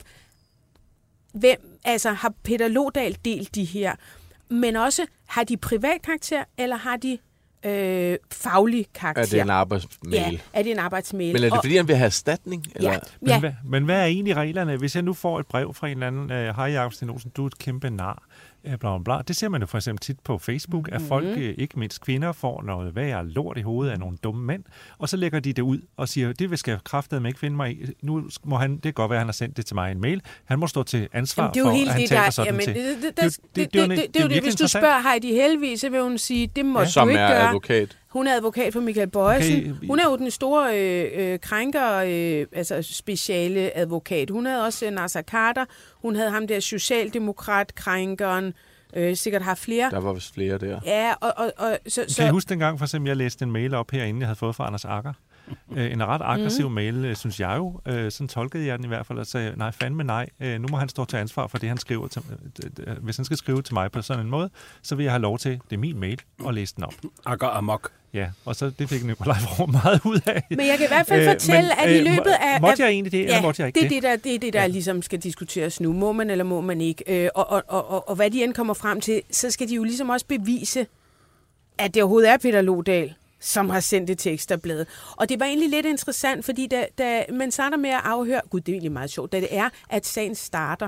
har Peter Lodal delt de her, men også, har de privat karakter, eller har de faglig karakter? Er det en arbejdsmail? Ja, er det en arbejdsmail? Men er det, fordi han vil have erstatning? Eller? Ja. Men hvad er egentlig reglerne? Hvis jeg nu får et brev fra en eller anden, hej Jakob Sten Olsen, du er et kæmpe nar, bla, bla, bla. Det ser man jo for eksempel tit på Facebook, at folk, ikke mindst kvinder, får noget værre lort i hovedet af nogle dumme mænd, og så lægger de det ud og siger, det skal jeg kraftedeme ikke finde mig i. Nu må det kan godt være, at han har sendt det til mig i en mail. Han må stå til ansvar for, at han taler sådan til. Det er jo det, hvis du spørger Heidi Helvig, så vil hun sige, det må du ikke gøre. Advokat. Hun er advokat for Michael Bojesen. Okay. Hun er jo den store krænker, speciale advokat. Hun havde også Nasser Carter. Hun havde ham der socialdemokrat-krænkeren. Sikkert har flere. Der var vist flere der. Ja, Kan I huske dengang, for eksempel, jeg læste en mail op herinde, jeg havde fået fra Anders Agger? En ret aggressiv mail, synes jeg jo. Sådan tolkede jeg den i hvert fald, og sagde, nej, fandme nej. Nu må han stå til ansvar for det, han skriver til. Hvis han skal skrive til mig på sådan en måde, så vil jeg have lov til, det er min mail, at læse den op. Agger amok. Ja, og så det fik Nikolaj Vraa meget ud af. Men jeg kan i hvert fald fortælle, at i løbet af... Måtte jeg egentlig det, eller måtte jeg ikke det? Det er det, der ligesom skal diskuteres nu. Må man, eller må man ikke? Og hvad de end kommer frem til, så skal de jo ligesom også bevise, at det overhovedet er Peter Lodal, som har sendt det til Ekstrabladet. Og det var egentlig lidt interessant, fordi da man starter med at afhøre... Gud, det er egentlig meget sjovt. Da det er, at sagen starter,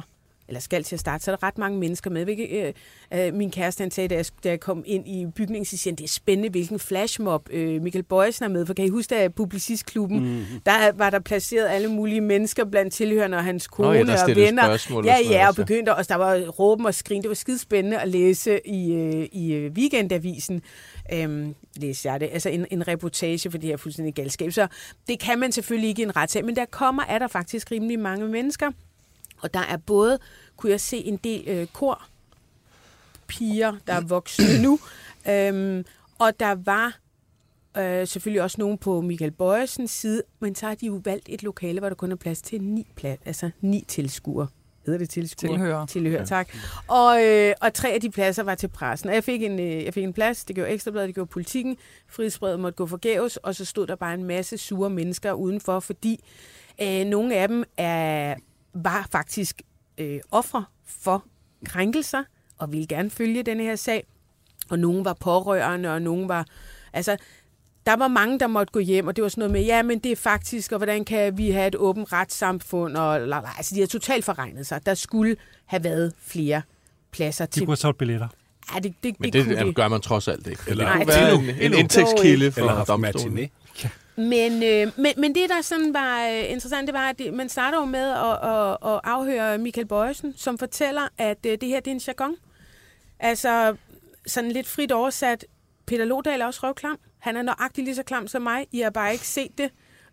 eller skal til at starte, så er der ret mange mennesker med. Min kæreste, han sagde, da jeg kom ind i bygningen, så siger han, det er spændende, hvilken flashmob Michael Bojesen er med. For kan I huske, at Publicistklubben, der var der placeret alle mulige mennesker blandt tilhørende og hans kone og venner. Og begyndte, og der var råben og skrin. Det var skidespændende at læse i Weekendavisen. Læste jeg det. Altså en reportage for det her fuldstændig galskab. Så det kan man selvfølgelig ikke i en retssag, men er der faktisk rimelig mange mennesker. Og der er både, kunne jeg se, en del korpiger, der er voksne nu. Og der var selvfølgelig også nogen på Michael Bojsens side, men så har de jo valgt et lokale, hvor der kun er plads til 9 tilskuere. Hedder det tilskuere? Tilhører, tak. Og 3 af de pladser var til pressen. Og jeg fik en plads, det gjorde Ekstrabladet, det gjorde Politikken. Frihedsbrevet måtte gå forgæves, og så stod der bare en masse sure mennesker udenfor, fordi nogle af dem var faktisk ofre for krænkelser, og ville gerne følge denne her sag. Og nogle var pårørende, og nogle var... Altså, der var mange, der måtte gå hjem, og det var sådan noget med, ja, men det er faktisk, og hvordan kan vi have et åbent retssamfund, og altså, de har totalt forregnet sig. Der skulle have været flere pladser til... De kunne have solgt billetter. Ja, det gør man trods alt ikke. Eller det kunne være en indtægtskilde for domstolen. Men det, der sådan var interessant, det var, at man starter jo med at afhøre Michael Bojesen, som fortæller, at det her, det er en jargon. Altså, sådan lidt frit oversat, Peter Lodal er også røvklam. Han er nøjagtigt lige så klam som mig. I har bare ikke set det.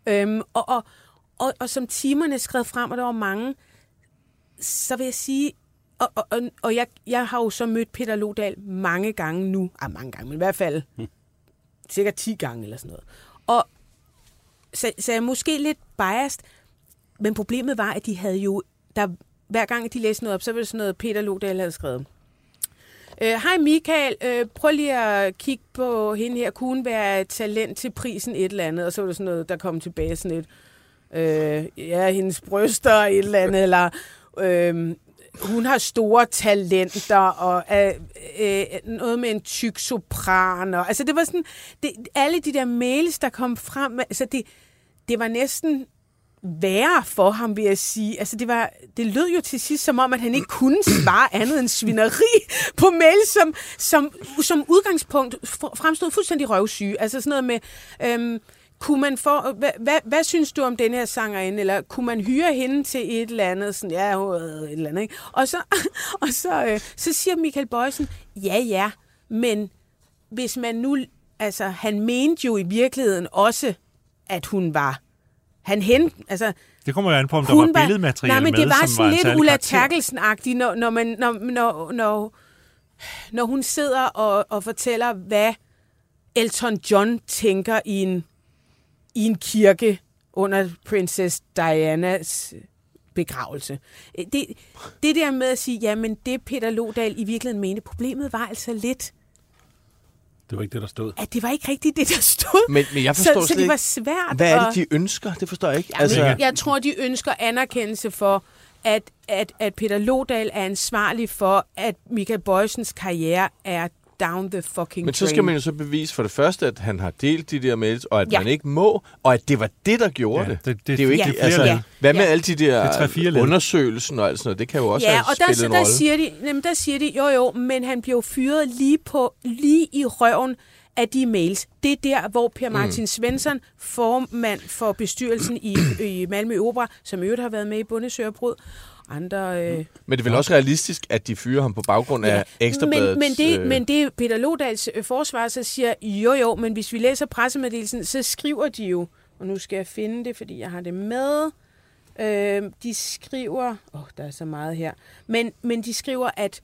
Og som timerne skred frem, og der var mange, så vil jeg sige, og jeg har jo så mødt Peter Lodal mange gange nu. Mange gange, men i hvert fald cirka 10 gange eller sådan noget. Og så jeg er måske lidt biased, men problemet var, at de havde jo, hver gang de læste noget op, så var det sådan noget, Peter Lodal havde skrevet. Hej Michael, prøv lige at kigge på hende her. Kunne hun være et talent til prisen et eller andet? Og så var det sådan noget, der kom tilbage sådan et, hendes bryster et eller andet, eller hun har store talenter, og noget med en tyk sopran. Og, altså det var sådan, alle de der mails, der kom frem, altså det var næsten værre for ham, vil jeg sige. Altså det lød jo til sidst som om, at han ikke kunne svare andet end svineri på mail, som udgangspunkt fremstod fuldstændig røvsyge. Altså sådan noget med, kunne man hvad synes du om den her sangerinde? Eller kunne man hyre hende til et eller andet? Sådan, et eller andet, ikke? Og så siger Michael Bojesen, ja, men hvis man nu, altså han mente jo i virkeligheden også, at hun var det kommer jo an på, om der var billedmateriale med, det var som var en lidt Ulla Terkelsen-agtigt, når hun sidder og fortæller, hvad Elton John tænker i en kirke under Princess Dianas begravelse. Det der med at sige, jamen det Peter Lodal i virkeligheden mente, problemet var altså lidt... Det var ikke det, der stod. At det var ikke rigtigt det, der stod. Men jeg forstår så det var svært. Hvad er det, de ønsker? Det forstår jeg ikke. Jamen, jeg tror, de ønsker anerkendelse for, at Peter Lodal er ansvarlig for, at Michael Bojsens karriere er down the fucking drain. Men så skal man jo så bevise for det første, at han har delt de der mails, og at man ikke må, og at det var det, der gjorde det. Det er jo ikke... Hvad med alle de der undersøgelser og alt sådan noget? Det kan jo også have spillet en rolle. Der siger de, jo, men han blev fyret lige i røven af de mails. Det er der, hvor Per Martin Svensson, formand for bestyrelsen i Malmø Opera, som øvrigt har været med i Bundesørebrud, andre... Men det er vel også realistisk, at de fyrer ham på baggrund af Ekstrabladets... Men det Peter Lodals forsvar så siger, jo, men hvis vi læser pressemeddelelsen, så skriver de jo, og nu skal jeg finde det, fordi jeg har det med, de skriver... der er så meget her. Men de skriver, at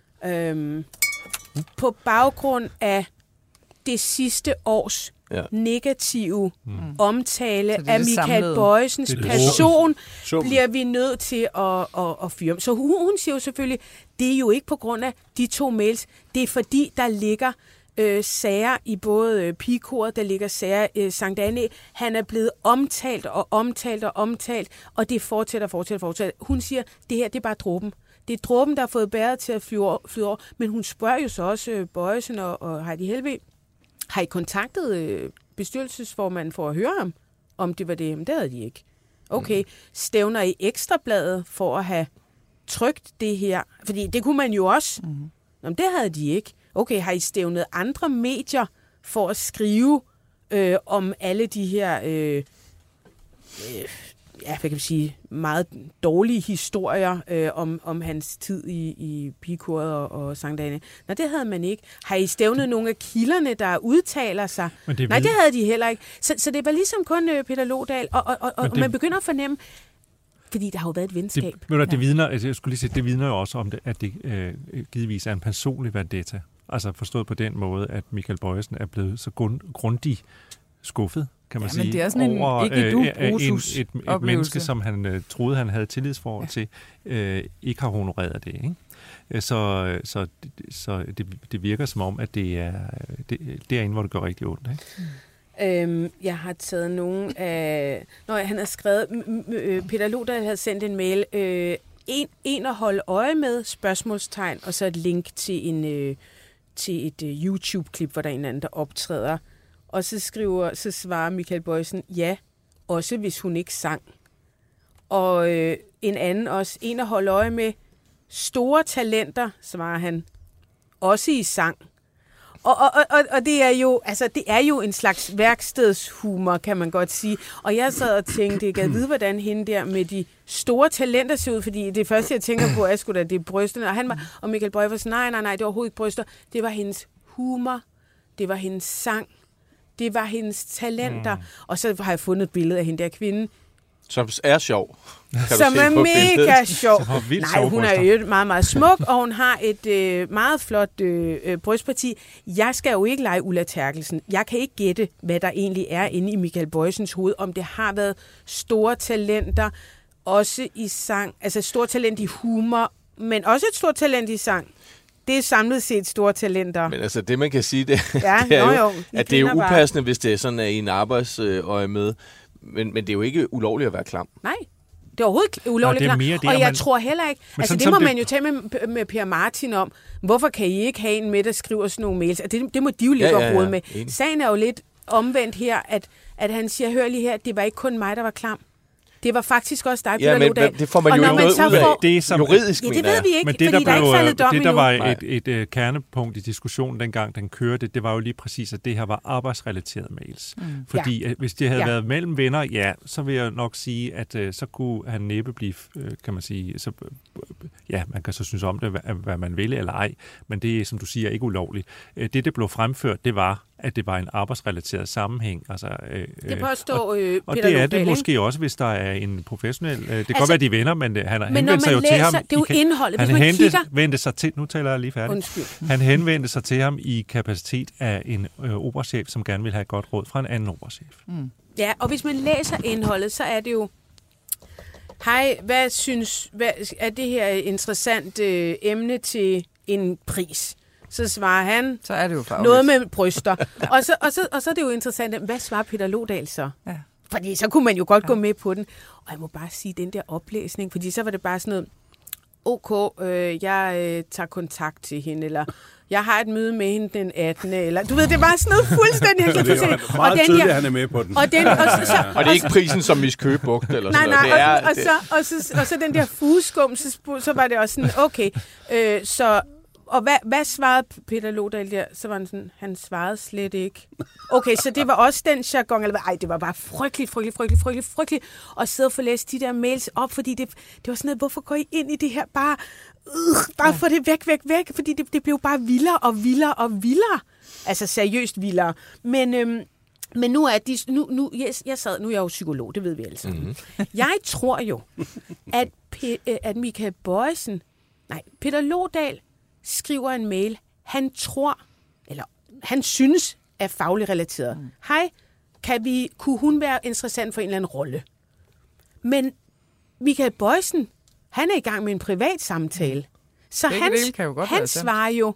på baggrund af det sidste års negative omtale af Michael Bojsens person, bliver vi nødt til at fyre. Så hun siger jo selvfølgelig, det er jo ikke på grund af de 2 mails, det er fordi, der ligger sager i både pigekoret, der ligger sager Sankt Anne. Han er blevet omtalt, og det fortsætter. Hun siger, det her, det er bare dråben. Det er dråben, der har fået bæret til at flyve over. Men hun spørger jo så også Bojsen og Heidi Helveg, har I kontaktet bestyrelsesformanden for at høre ham, om det var det? Men det havde de ikke. Okay, stævner I Ekstrabladet for at have trykt det her? Fordi det kunne man jo også. Nå, det havde de ikke. Okay, har I stævnet andre medier for at skrive om alle de her hvad kan man sige, meget dårlige historier om hans tid i pigekoret og sangdagene? Nej, det havde man ikke. Har I stævnet nogle af kilderne, der udtaler sig? Nej, det havde de heller ikke. Så det var ligesom kun Peter Lodal, og man begynder at fornemme, fordi der har jo været et venskab. Det vidner, jeg skulle lige sige, det vidner jo også om det, at det givetvis er en personlig vendetta. Altså forstået på den måde, at Michael Bojesen er blevet så grundigt skuffet, kan man sige, men det er sådan over et menneske, som han troede, han havde tillidsforhold til, ikke har honoreret det. Ikke? Så det virker som om, at det er derinde, hvor det går rigtig ondt. Ikke? Jeg har taget nogle af... han har skrevet... Peter Lodal havde sendt en mail. En at holde øje med, spørgsmålstegn, og så et link til et YouTube-klip, hvor der er en anden, der optræder. Og så svarer Michael Bojesen, ja, også hvis hun ikke sang. Og en anden også, en at holde øje med, store talenter, svarer han, også i sang. Og det er jo en slags værkstedshumor, kan man godt sige. Og jeg sad og tænkte, jeg gad vide, hvordan hende der med de store talenter ser ud, fordi det første, jeg tænker på, er det er brysterne. Og Michael Bojesen var sådan, nej, det var overhovedet ikke bryster. Det var hendes humor, det var hendes sang, det var hendes talenter. Og så har jeg fundet et billede af hende der kvinde. Som er sjov. Som er mega sjov. Nej, hun er jo meget, meget smuk, og hun har et meget flot brystparti. Jeg skal jo ikke lege Ulla Terkelsen. Jeg kan ikke gætte, hvad der egentlig er inde i Michael Bojsens hoved, om det har været store talenter, også i sang, altså store talent i humor, men også et stort talent i sang. Det er samlet set store talenter. Men altså, det man kan sige, det er jo, at det er jo upassende, hvis det er sådan i en arbejdsøje med. Men det er jo ikke ulovligt at være klam. Nej, det er overhovedet ikke ulovligt at være klam. Og jeg tror heller ikke... Altså, det må man jo tage med Per Martin om. Hvorfor kan I ikke have en med, der skriver sådan nogle mails? Altså, det må de jo ligge og rode med. Enig. Sagen er jo lidt omvendt her, at han siger, hør lige her, det var ikke kun mig, der var klam. Det var faktisk også dig, Peter Lodal. Men det får man jo ikke noget ud af. Det er som, juridisk, det ved vi ikke, men fordi der er ikke faldet dom endnu. Det, der var et kernepunkt i diskussionen, dengang den kørte, det var jo lige præcis, at det her var arbejdsrelateret mails. Fordi hvis det havde været mellem venner, så vil jeg nok sige, at så kunne han næppe blive, kan man sige, så, man kan så synes om det, hvad man vil eller ej, men det er, som du siger, ikke ulovligt. Det blev fremført, det var, at det var en arbejdsrelateret sammenhæng. Altså, det påstår og Peter det er Lodal, det måske også, hvis der er en professionel... det kan godt være, de venner, men han henvendte sig jo til ham... Det er jo indholdet. Han henvendte sig til... Nu taler jeg lige færdigt. Undskyld. Han henvendte sig til ham i kapacitet af en operachef, som gerne vil have et godt råd fra en anden operachef. Ja, og hvis man læser indholdet, så er det jo... Hej, er det her et interessant emne til en pris? Så svarer han, så er det jo noget med bryster. og så er det jo interessant, hvad svarer Peter Lodal så? Ja. Fordi så kunne man jo godt gå med på den. Og jeg må bare sige, den der oplæsning, fordi så var det bare sådan noget, jeg tager kontakt til hende, eller jeg har et møde med hende den 18. Eller, du ved, det var sådan noget fuldstændig. Det er meget tydeligt, at han er med på den. Og det er ikke prisen, som Miss Køge brugte, eller sådan noget. Nej, og så den der fugeskum, så var det også sådan, okay, så... Og hvad svarede Peter Lodal der? Så var han sådan, han svarede slet ikke. Okay, så det var også den jargon, eller ej, det var bare frygteligt. Og sidde og få læst de der mails op, fordi det var sådan noget, hvorfor går I ind i det her? Bare få det væk, fordi det blev bare vildere. Altså seriøst vildere. Men nu er nu er jeg jo psykolog, det ved vi alle sammen. Mm-hmm. Jeg tror jo, at Michael Bojesen, Peter Lodal, skriver en mail, han synes er fagligt relateret. Hej, kunne hun være interessant for en eller anden rolle? Men Michael Bojesen, han er i gang med en privat samtale. Så han svarer jo,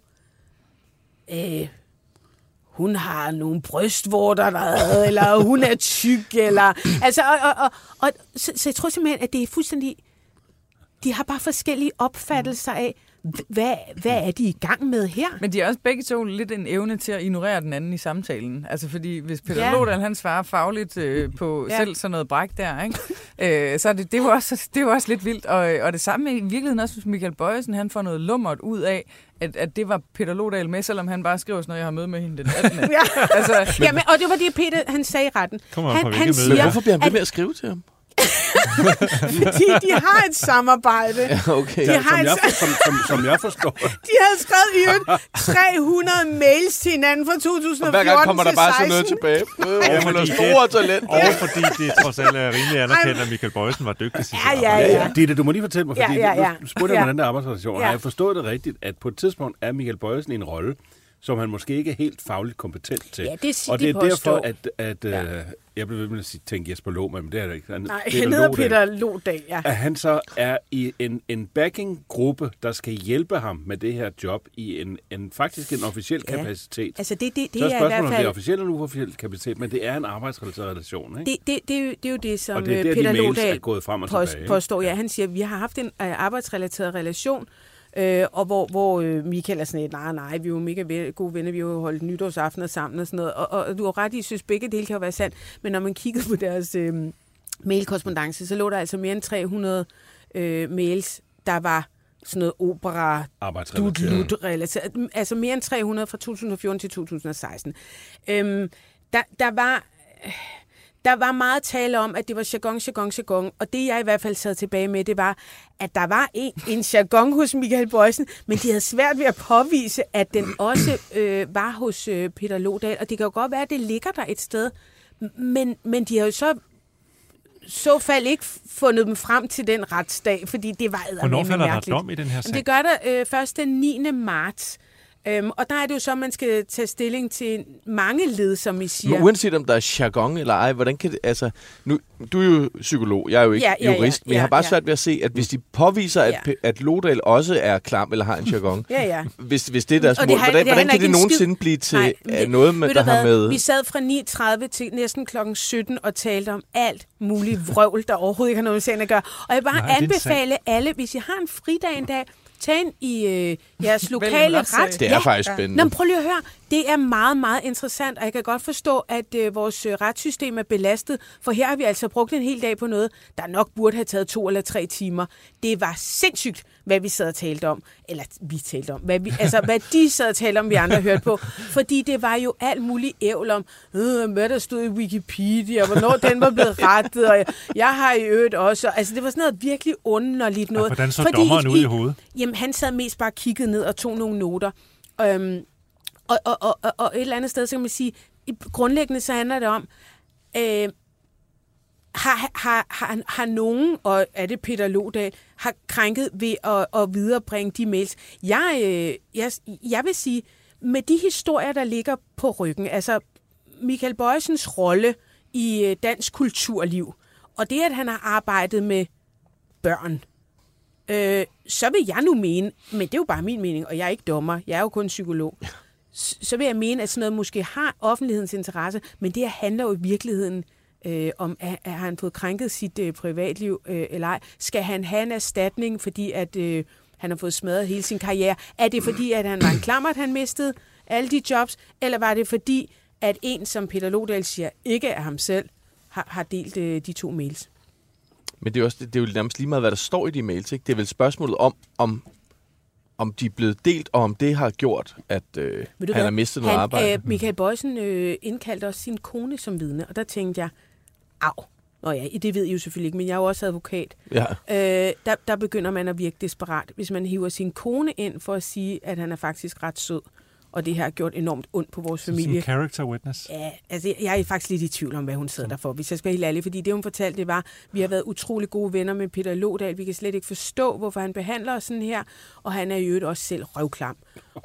hun har nogle brystvorter, eller hun er tyk, eller... Altså, så jeg tror simpelthen, at det er fuldstændig... De har bare forskellige opfattelser af, hvad er de i gang med her? Men de er også begge to lidt en evne til at ignorere den anden i samtalen. Altså fordi hvis Peter Lodal, han svarer fagligt på selv sådan noget bræk der, ikke? Så det er jo også lidt vildt. Og det samme i virkeligheden også, hvis Michael Bojesen, han får noget lummert ud af, at det var Peter Lodal med, selvom han bare skriver sådan noget, jeg har møde med hende den 18. Jamen, og det var det, Peter, han sagde i retten. Han siger, hvorfor bliver han ved med at skrive til ham? Fordi de har et samarbejde. Ja, okay. Som jeg forstår. De havde skrevet 300 mails til hinanden fra 2014 til 16. Og hver gang kommer der bare sådan noget tilbage. Og fordi det trods alt er rimelig anerkendt, at Michael Bojesen var dygtig til ja. Det du må lige fortælle mig, fordi du spurgte mig om den der arbejdsrelation. Har jeg forstået det rigtigt, at på et tidspunkt er Michael Bojesen i en rolle, som han måske ikke er helt fagligt kompetent til. Ja, det og det er derfor, at jeg blev ved med at tænke Jesper Lohmann, men det er det ikke. Nej, han hedder Peter Lodal, ja. At han så er i en backing-gruppe, der skal hjælpe ham med det her job i faktisk en officiel kapacitet. Altså det så er spørgsmålet, i hvert fald, om det er officiel eller uofficiel kapacitet, men det er en arbejdsrelateret relation, ikke? Det er jo det, som og det er der, Peter de Lodal gået frem og tilbage, påstår. Ja, han siger, at vi har haft en arbejdsrelateret relation, og hvor Michael er sådan et, nej, vi er jo mega gode venner, vi har jo holdt nytårsaftener sammen og sådan noget, og du har ret i, synes begge dele kan jo være sandt, men når man kiggede på deres mailkorrespondance, så lå der altså mere end 300 mails, der var sådan noget opera, relateret, altså mere end 300 fra 2014 til 2016. Der var meget tale om, at det var jargon, og det jeg i hvert fald sad tilbage med, det var, at der var en jargon hos Michael Bojesen, men de havde svært ved at påvise, at den også var hos Peter Lodal, og det kan jo godt være, at det ligger der et sted, men de har jo så fald ikke fundet dem frem til den retsdag, fordi det var eddermame mærkeligt. Hvornår falder der dom i den her sag? Det gør der først den 9. marts. Og der er det jo så, at man skal tage stilling til mange led, som I siger. Men uanset om der er jargon eller ej, hvordan kan det, altså, nu, du er jo psykolog, jeg er jo ikke jurist, men jeg har bare svært ved at se, at hvis de påviser, at Lodal også er klam eller har en jargon, hvis det er deres mål, hvordan kan det nogensinde blive til noget, der har med... Vi sad fra 9:30 til næsten klokken 17 og talte om alt muligt vrøvl, der overhovedet ikke har noget med sagen at gøre. Og jeg vil bare anbefale alle, hvis I har en fridag en dag, tag ind i jeres lokale ret. Det er faktisk spændende. Nå, prøv lige at høre. Det er meget, meget interessant, og jeg kan godt forstå, at vores retssystem er belastet, for her har vi altså brugt en hel dag på noget, der nok burde have taget 2 eller 3 timer. Det var sindssygt, hvad vi sad og talte om. Eller vi talte om. Hvad de sad og talte om, vi andre hørte på. Fordi det var jo alt muligt ævl om, hvad der stod i Wikipedia, og hvornår den var blevet rettet, og jeg har i øvrigt også. Altså, det var sådan noget virkelig underligt noget. Hvordan så dommeren ud i hovedet? Jamen, han sad mest bare kigget ned og tog nogle noter. Og et eller andet sted, så kan man sige, grundlæggende så handler det om, har nogen, og er det Peter Lodal, har krænket ved at viderebringe de mails. Jeg vil sige, med de historier, der ligger på ryggen, altså Michael Bojsens rolle i dansk kulturliv, og det, at han har arbejdet med børn, så vil jeg nu mene, men det er jo bare min mening, og jeg er ikke dommer, jeg er jo kun psykolog, så vil jeg mene, at sådan noget måske har offentlighedens interesse, men det her handler jo i virkeligheden om, at har han fået krænket sit privatliv eller ej? Skal han have en erstatning, fordi at han har fået smadret hele sin karriere? Er det fordi, at han var en klammer, at han mistede alle de jobs? Eller var det fordi, at en, som Peter Lodal siger, ikke er ham selv, har delt de 2 mails? Men det er jo nærmest lige meget, hvad der står i de mails, ikke? Det er vel spørgsmålet om de er blevet delt, og om det har gjort, at han har mistet noget arbejde. Michael Bojsen indkaldte også sin kone som vidne, og der tænkte jeg, Nå ja, det ved I jo selvfølgelig ikke, men jeg er jo også advokat. Ja. Der begynder man at virke desperat, hvis man hiver sin kone ind for at sige, at han er faktisk ret sød. Og det her har gjort enormt ondt på vores familie. Som character witness? Ja, altså jeg er faktisk lidt i tvivl om, hvad hun sidder der for, hvis jeg skal være helt ærlig. Fordi det, hun fortalte, det var, vi har været utrolig gode venner med Peter Lodal. Vi kan slet ikke forstå, hvorfor han behandler os sådan her. Og han er i øvrigt også selv røvklam.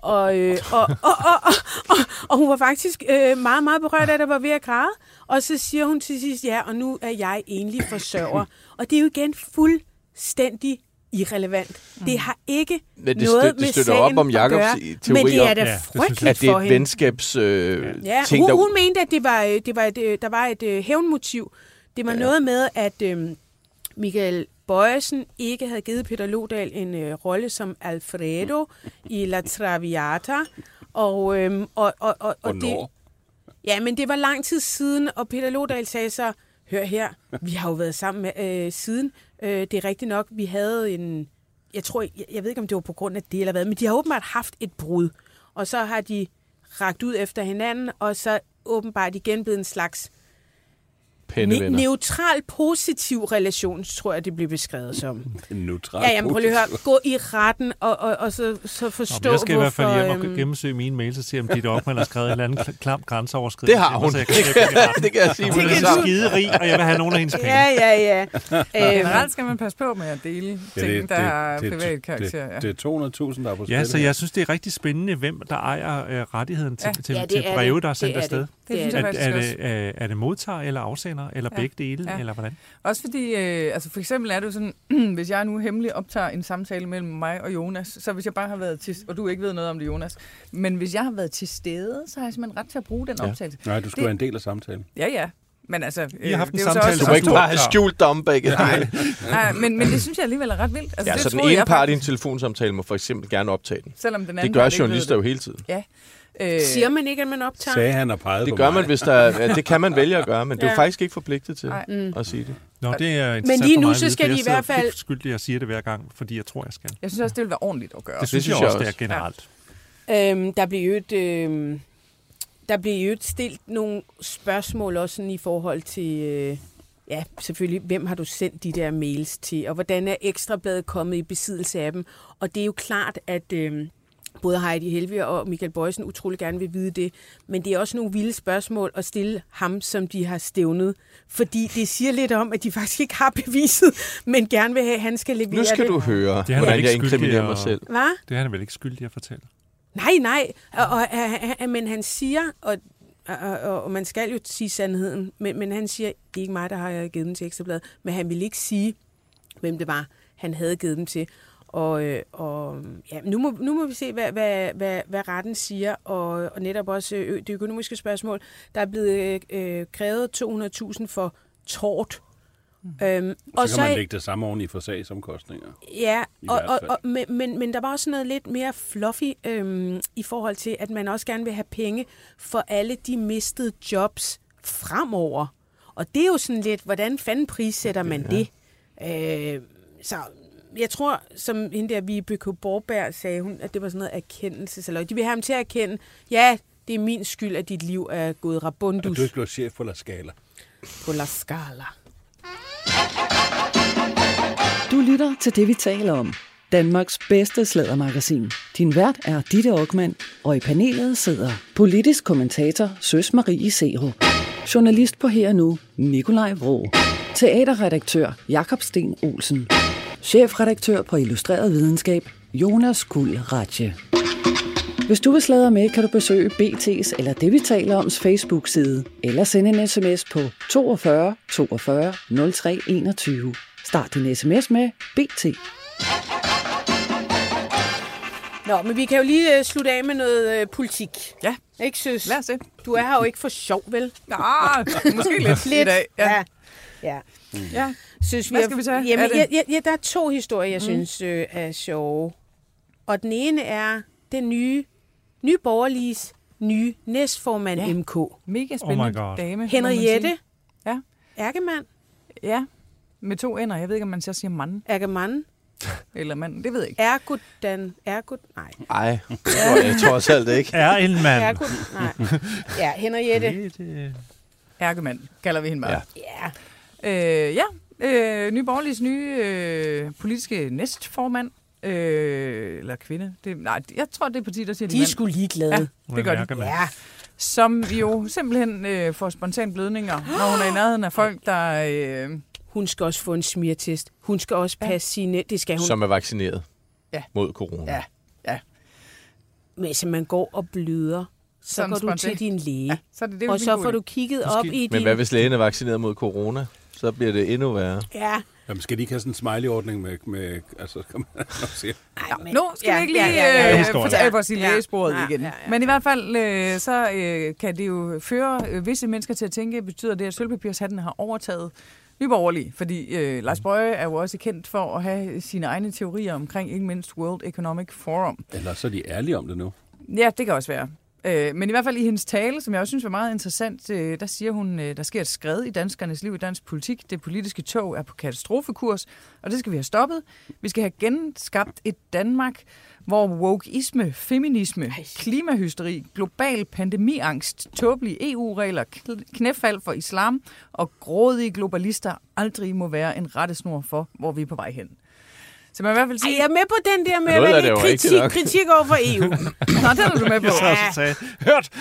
Og hun var faktisk meget, meget berørt af, at der var ved at græde. Og så siger hun til sidst, ja, og nu er jeg enlig forsørger. Og det er jo igen fuldstændig irrelevant. Det har ikke noget med sagen op om Jacobs teori, men det er da frygteligt for hende. At det er et venskabs ting, hun mente, at der var et hævnmotiv. Det var noget med, at Michael Bojesen ikke havde givet Peter Lodal en rolle som Alfredo i La Traviata. Og det, ja, men det var lang tid siden, og Peter Lodal sagde så, hør her, vi har jo været sammen med, siden. Det er rigtigt nok, vi havde en... Jeg ved ikke, om det var på grund af det eller hvad, men de har åbenbart haft et brud. Og så har de rakt ud efter hinanden, og så åbenbart igen blevet en slags neutral positiv relation, tror jeg, det bliver beskrevet som. Neutral ja, jamen, prøv lige at høre. Gå i retten, og så forstå, hvorfor... Jeg skal i hvert fald hjem og gennemsøge mine mails og se, om Ditte Okman har skrevet en eller anden klam grænseoverskridelse. Det har hun. Det kan jeg sige. Hun er skiderig, og jeg vil have nogle af hendes penge. Ja. Generelt skal man passe på med at dele ting, der har privat karakter. Det er 200.000, der er på spil. Ja, så jeg synes, det er rigtig spændende, hvem der ejer rettigheden til breve, der er sendt afsted. Er det modtager eller afsender, eller begge dele, eller hvordan? Også fordi, for eksempel er det jo sådan, hvis jeg nu hemmeligt optager en samtale mellem mig og Jonas, så hvis jeg bare har været til, og du ikke ved noget om det, Jonas, men hvis jeg har været til stede, så har jeg simpelthen ret til at bruge den optagelse. Nej, du skulle være en del af samtalen. Ja. Men altså, I har haft en det samtale, så du må ikke bare have skjult dig om begge. Nej, men det synes jeg alligevel er ret vildt. Altså, så den ene part i en telefonsamtale må for eksempel gerne optage den. Selvom den anden det gør journalister jo hele tiden. Ja. Siger man ikke, at man optager? Sagde han og pegede det gør man, hvis der... Det kan man vælge at gøre, men det er jo faktisk ikke forpligtet til at sige det. Nå, det er interessant. Men lige nu, så skal de i hvert fald... Jeg er skyldig, at jeg siger det hver gang, fordi jeg tror, jeg skal. Jeg synes også, det vil være ordentligt at gøre. Det synes jeg også, det er generelt. Der blev jo stillet nogle spørgsmål også sådan i forhold til... selvfølgelig, hvem har du sendt de der mails til, og hvordan er Ekstrabladet kommet i besiddelse af dem? Og det er jo klart, at... Både Heidi Helvig og Michael Bojesen utrolig gerne vil vide det, men det er også nogle vilde spørgsmål at stille ham, som de har stævnet, fordi det siger lidt om, at de faktisk ikke har beviset, men gerne vil have, at han skal levere det. Nu skal du høre, hvordan jeg inkriminerer mig selv. Hvad? Det er han vel ikke skyldig at fortælle? Nej, men han siger, og man skal jo sige sandheden, men han siger, det er ikke mig, der har givet dem til Ekstrabladet, men han vil ikke sige, hvem det var, han havde givet dem til. Og nu må vi se, hvad retten siger, og netop også det økonomiske spørgsmål. Der er blevet krævet 200.000 for tort. Og så kan man lægge det samme oven i for sagsomkostninger. Ja, men der var også noget lidt mere fluffy i forhold til, at man også gerne vil have penge for alle de mistede jobs fremover. Og det er jo sådan lidt, hvordan fanden prissætter man det? Så... Jeg tror, som hende der Vibeke Borberg sagde hun, at det var sådan noget erkendelse. De vil have ham til at erkende, ja, det er min skyld, at dit liv er gået rabundus. Og du er ikke blevet chef på La Scala. På La Scala. Du lytter til det, vi taler om. Danmarks bedste sladdermagasin. Din vært er Ditte Okman, og i panelet sidder politisk kommentator Søs Marie Serup, journalist på Her Nu, Nikolaj Vrå, teaterredaktør Jakob Sten Olsen, chefredaktør på Illustreret Videnskab, Jonas Kuhl Ratje. Hvis du vil sladre med, kan du besøge BT's eller det, vi taler oms Facebook-side, eller sende en sms på 42 42 03 21. Start din sms med BT. Nå, men vi kan jo lige slutte af med noget politik. Ja. Ikke, Søs? Lad os se. Du er her jo ikke for sjov, vel? Måske lidt i dag. Ja. Synes, hvad skal vi tage? Jamen, der er 2 historier, jeg synes er sjove. Og den ene er den nye borgerliges nye næstformand MK. Mega spændende dame. Henriette Ærkemann. Ja, med 2 ender. Jeg ved ikke, om man så siger mand. Ærkemann. Eller mand, det ved jeg ikke. Nej, jeg tror selv det ikke. Er en mand. Nej. Ja, Henriette. Ærkemann kalder vi hende bare. Ja. Nye Borgerliges nye politiske næstformand. Eller kvinde. Jeg tror, det er partiet, der siger de er sgu ligeglade. Ja, det gør de. Ja. Som jo simpelthen får spontan blødninger, når hun er i nærheden af folk, der... Hun skal også få en smirtest. Hun skal også passe sine... Det skal hun. Som er vaccineret mod corona. Ja. Men hvis man går og bløder, så går du til din læge. Ja, så det og så får du kigget op i din... Men hvad hvis lægen er vaccineret mod corona? Så bliver det endnu værre. Ja. Jamen, skal de ikke have sådan en smiley-ordning med altså, kan man sige? Nu skal vi ikke lige fortælle os i lægesporet igen. Ja. Men i hvert fald, så kan det jo føre visse mennesker til at tænke, betyder det, at sølvpapirshatten har overtaget Nye Borgerlige, fordi Lars Boje er jo også kendt for at have sine egne teorier omkring ikke mindst World Economic Forum. Eller så er de ærlige om det nu. Ja, det kan også være. Men i hvert fald i hendes tale, som jeg også synes var meget interessant, der siger hun, der sker et skred i danskernes liv i dansk politik. Det politiske tog er på katastrofekurs, og det skal vi have stoppet. Vi skal have genskabt et Danmark, hvor wokeisme, feminisme, klimahysteri, global pandemiangst, tåbelige EU-regler, knæfald for islam og grådige globalister aldrig må være en rettesnor for, hvor vi er på vej hen. Så man i hvert fald sige... jeg er med på den der med at være kritik over for EU. Nå, den er du med på. Ja. Hørt!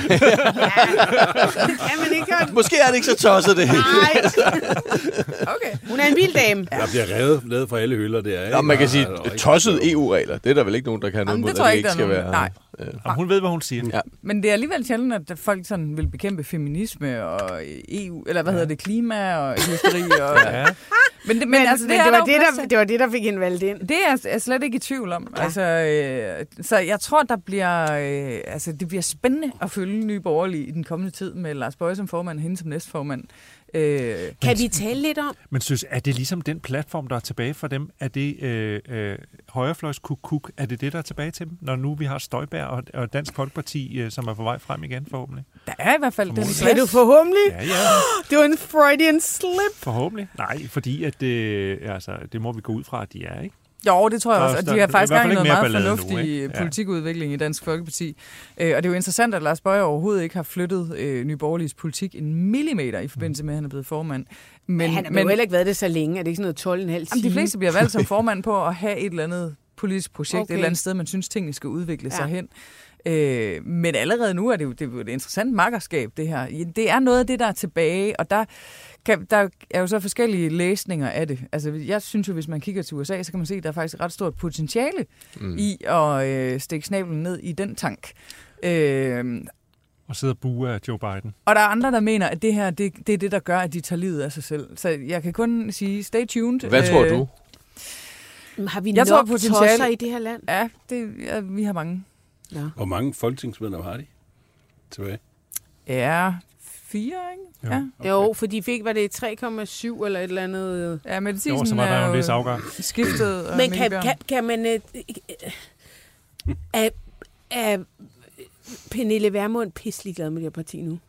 Måske er det ikke så tosset, det. Nej. Okay. Hun er en vild dame. Der bliver revet ned fra alle hylder der. Ikke? Nå, man kan sige, tosset EU-regler, det er der vel ikke nogen, der kan noget mod, det ikke skal være. Nej. Hun ved, hvad hun siger. Ja. Men det er alligevel sjældent, at folk sådan vil bekæmpe feminisme og EU, eller hvad hedder det, klima og hysteri. Og, ja. Men det var det, der fik hende valgt ind. Det er jeg slet ikke i tvivl om. Ja. Så jeg tror, det bliver spændende at følge Nye Borgerlige i den kommende tid med Lars Boje som formand og hende som næstformand. Kan vi tale lidt om? Men synes, er det ligesom den platform, der er tilbage for dem? Er det højrefløjs kuk? Er det det, der er tilbage til dem, når nu vi har Støjberg og Dansk Folkeparti, som er på vej frem igen forhåbentlig? Der er i hvert fald den plads. Er du forhåbentlig? Ja. Det var en Freudian slip. Forhåbentlig? Nej, fordi at det må vi gå ud fra, at de er, ikke? Jo, det tror jeg også, og de har faktisk gang i noget meget fornuftig politikudvikling i Dansk Folkeparti. Og det er jo interessant, at Lars Boje overhovedet ikke har flyttet Nye Borgerliges politik en millimeter i forbindelse med, at han er blevet formand. Men han har jo heller ikke været det så længe. Er det ikke sådan noget 12,5 timer? De fleste bliver valgt som formand på at have et eller andet politisk projekt, et eller andet sted, man synes, tingene skal udvikle sig hen. Men allerede nu er det jo et interessant makkerskab, det her. Det er noget af det, der er tilbage, og der er jo så forskellige læsninger af det. Altså, jeg synes jo, hvis man kigger til USA, så kan man se, at der er faktisk et ret stort potentiale i at stikke snablen ned i den tank. Og sidde og bue af Joe Biden. Og der er andre, der mener, at det her, det er det, der gør, at de tager livet af sig selv. Så jeg kan kun sige, stay tuned. Hvad tror du? Har vi nok tosser i det her land? Ja, vi har mange. Ja. Hvor mange folketingsmedlemmer har de tilbage? Ja, 4, ikke? Jo. Ja. Okay. Jo, for de fik, var det 3,7 eller et eller andet? Ja, men det så var der jo en vis afgang. Skiftet. Men kan man... Er Pernille Vermund pisselig glad med det her parti nu?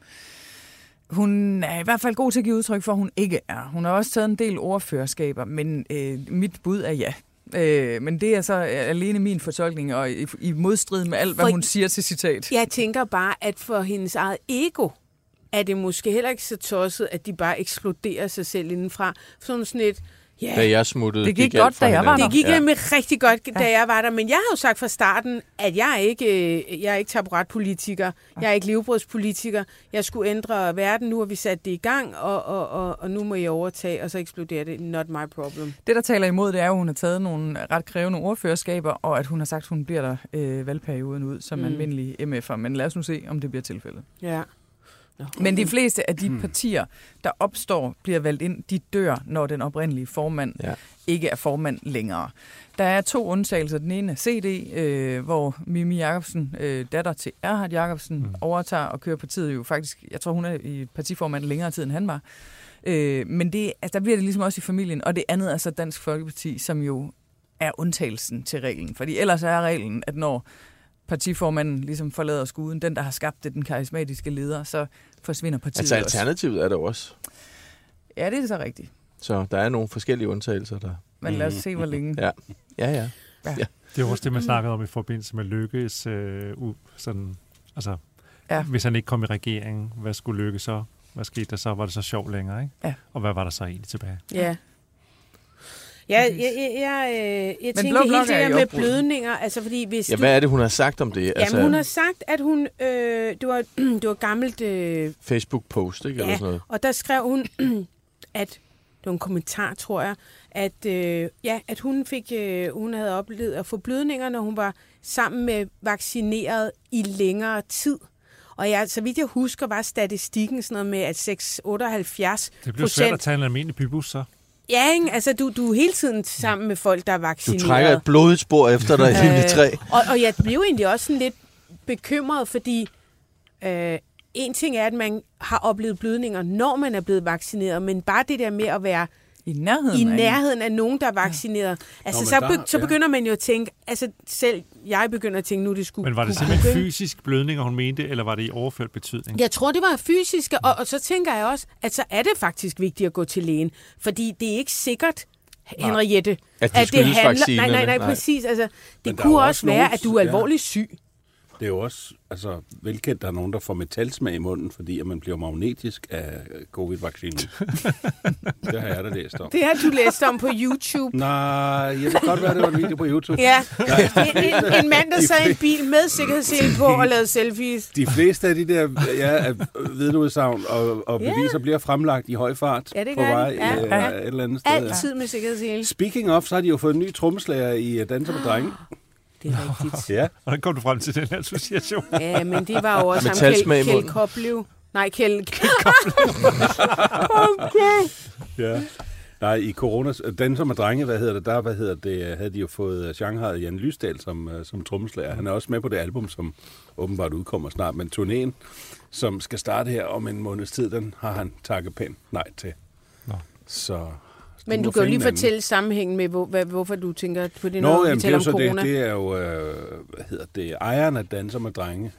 Hun er i hvert fald god til at give udtryk for, at hun ikke er. Hun har også taget en del ordførerskaber, men mit bud er ja. Men det er så alene min fortolkning, og i modstrid med alt, hvad hun siger til citat. Jeg tænker bare, at for hendes eget ego, er det måske heller ikke så tosset, at de bare eksploderer sig selv indenfra. Sådan et... Yeah. Da jeg smuttede, det gik godt, da jeg var der. Det gik nemlig rigtig godt, da jeg var der. Men jeg har jo sagt fra starten, at jeg er ikke taburetpolitiker. Jeg er ikke livbrudspolitiker. Jeg skulle ændre verden. Nu har vi sat det i gang, og nu må jeg overtage, og så eksploderer det. Not my problem. Det, der taler imod, det er, at hun har taget nogle ret krævende ordførerskaber, og at hun har sagt, at hun bliver der valgperioden ud som almindelig MF'er. Men lad os nu se, om det bliver tilfældet. Ja. Men de fleste af de partier, der opstår, bliver valgt ind, de dør, når den oprindelige formand ikke er formand længere. Der er 2 undtagelser. Den ene er CD, hvor Mimi Jacobsen, datter til Erhard Jacobsen, overtager og kører partiet jo faktisk, jeg tror hun er i partiformand længere tid, end han var. Men der bliver det ligesom også i familien, og det andet er så Dansk Folkeparti, som jo er undtagelsen til reglen. Fordi ellers er reglen, at når partiformanden ligesom forlader skuden, den, der har skabt det, den karismatiske leder, så forsvinder partiet også. Altså alternativet er der også. Ja, det er så rigtigt. Så der er nogle forskellige undtagelser der. Men lad os se, hvor længe. Ja. Det er også det, man snakkede om i forbindelse med Lykkes. Sådan, altså, hvis han ikke kom i regeringen, hvad skulle Lykke så? Hvad skete der så? Var det så sjovt længere, ikke? Ja. Og hvad var der så egentlig tilbage? Ja. Jeg tænker helt det her med blødninger, altså fordi hvis hvad er det, hun har sagt om det? Jamen, altså, hun har sagt, at hun, det var gammelt... Facebook-post, ikke? Eller sådan noget. Og der skrev hun, at det var en kommentar, tror jeg, at hun havde oplevet at få blødninger, når hun var sammen med vaccineret i længere tid. Og så vidt jeg husker, var statistikken sådan noget med, at 6-78%... Det blev svært at tage en almindelig bybus, så. Ja, ikke? Altså du er hele tiden sammen med folk, der er vaccineret. Du trækker et blodigt spor efter dig i linje 3. Og jeg blev egentlig også sådan lidt bekymret, fordi en ting er, at man har oplevet blødninger, når man er blevet vaccineret, men bare det der med at være I nærheden af nogen, der er vaccineret. Altså, så begynder man jo at tænke, altså selv jeg begynder at tænke, nu det skulle... Men var det simpelthen fysisk blødninger, hun mente, eller var det i overført betydning? Jeg tror, det var fysisk, og så tænker jeg også, at så er det faktisk vigtigt at gå til lægen, fordi det er ikke sikkert, Henriette, at det handler... Nej, præcis. Altså, det kunne også være, at du er alvorligt syg. Det er jo også velkendt, at der er nogen, der får metalsmag i munden, fordi at man bliver magnetisk af covid-vaccinen. Det har jeg da læst om. Det har du læst om på YouTube. Nej, jeg ved godt være, det var en video på YouTube. Ja, en mand, der sad i en bil med sikkerhedssele på og lavede selfies. De fleste af de der vidneudsagn og beviser bliver fremlagt i høj fart på vej et eller andet sted. Altid med sikkerhedssele. Speaking of, så har de jo fået en ny trommeslager i Danser med Drenge. Det er rigtigt. Ja. Og kom du frem til den her association. Ja, men det var jo også ham, Kjeld Koplev. Nej, Kjeld Okay. Ja. Nej, i coronas, Danser med Drenge, havde de jo fået Shanghai Jan Lysdal som trommeslager. Han er også med på det album, som åbenbart udkommer snart, men turnéen, som skal starte her om en måneds tid, den har han takket pænt nej til. Nå. Så... Men du kan jo lige fortælle sammenhængen med, hvorfor du tænker på det, når vi taler om corona. Det er jo, ejeren af Danser med Drenge.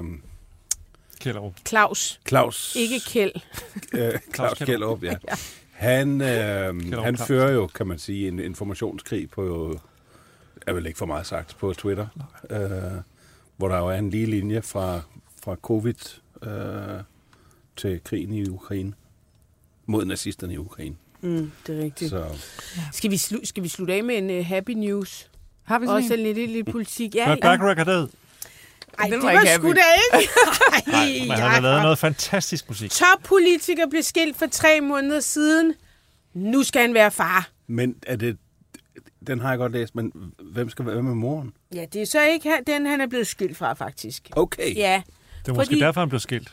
Claus. Ikke Kjeld. Claus Kjellerup, ja. Han fører jo, kan man sige, en informationskrig på, er vel ikke for meget sagt, på Twitter, hvor der jo er en lige linje fra covid til krigen i Ukraine, mod nazisterne i Ukraine. Det er rigtigt. Så. Skal vi slutte af med en happy news? Har vi også en lille politik? Ja. Hvad backrecord det? Ej, det var sgu da ikke. Nej, men han har lavet noget fantastisk musik. Toppolitiker blev skilt for 3 måneder siden. Nu skal han være far. Men er det... Den har jeg godt læst, men hvem skal være med moren? Ja, det er så ikke den, han er blevet skilt fra, faktisk. Okay. Ja. Det er måske derfor, han blev skilt.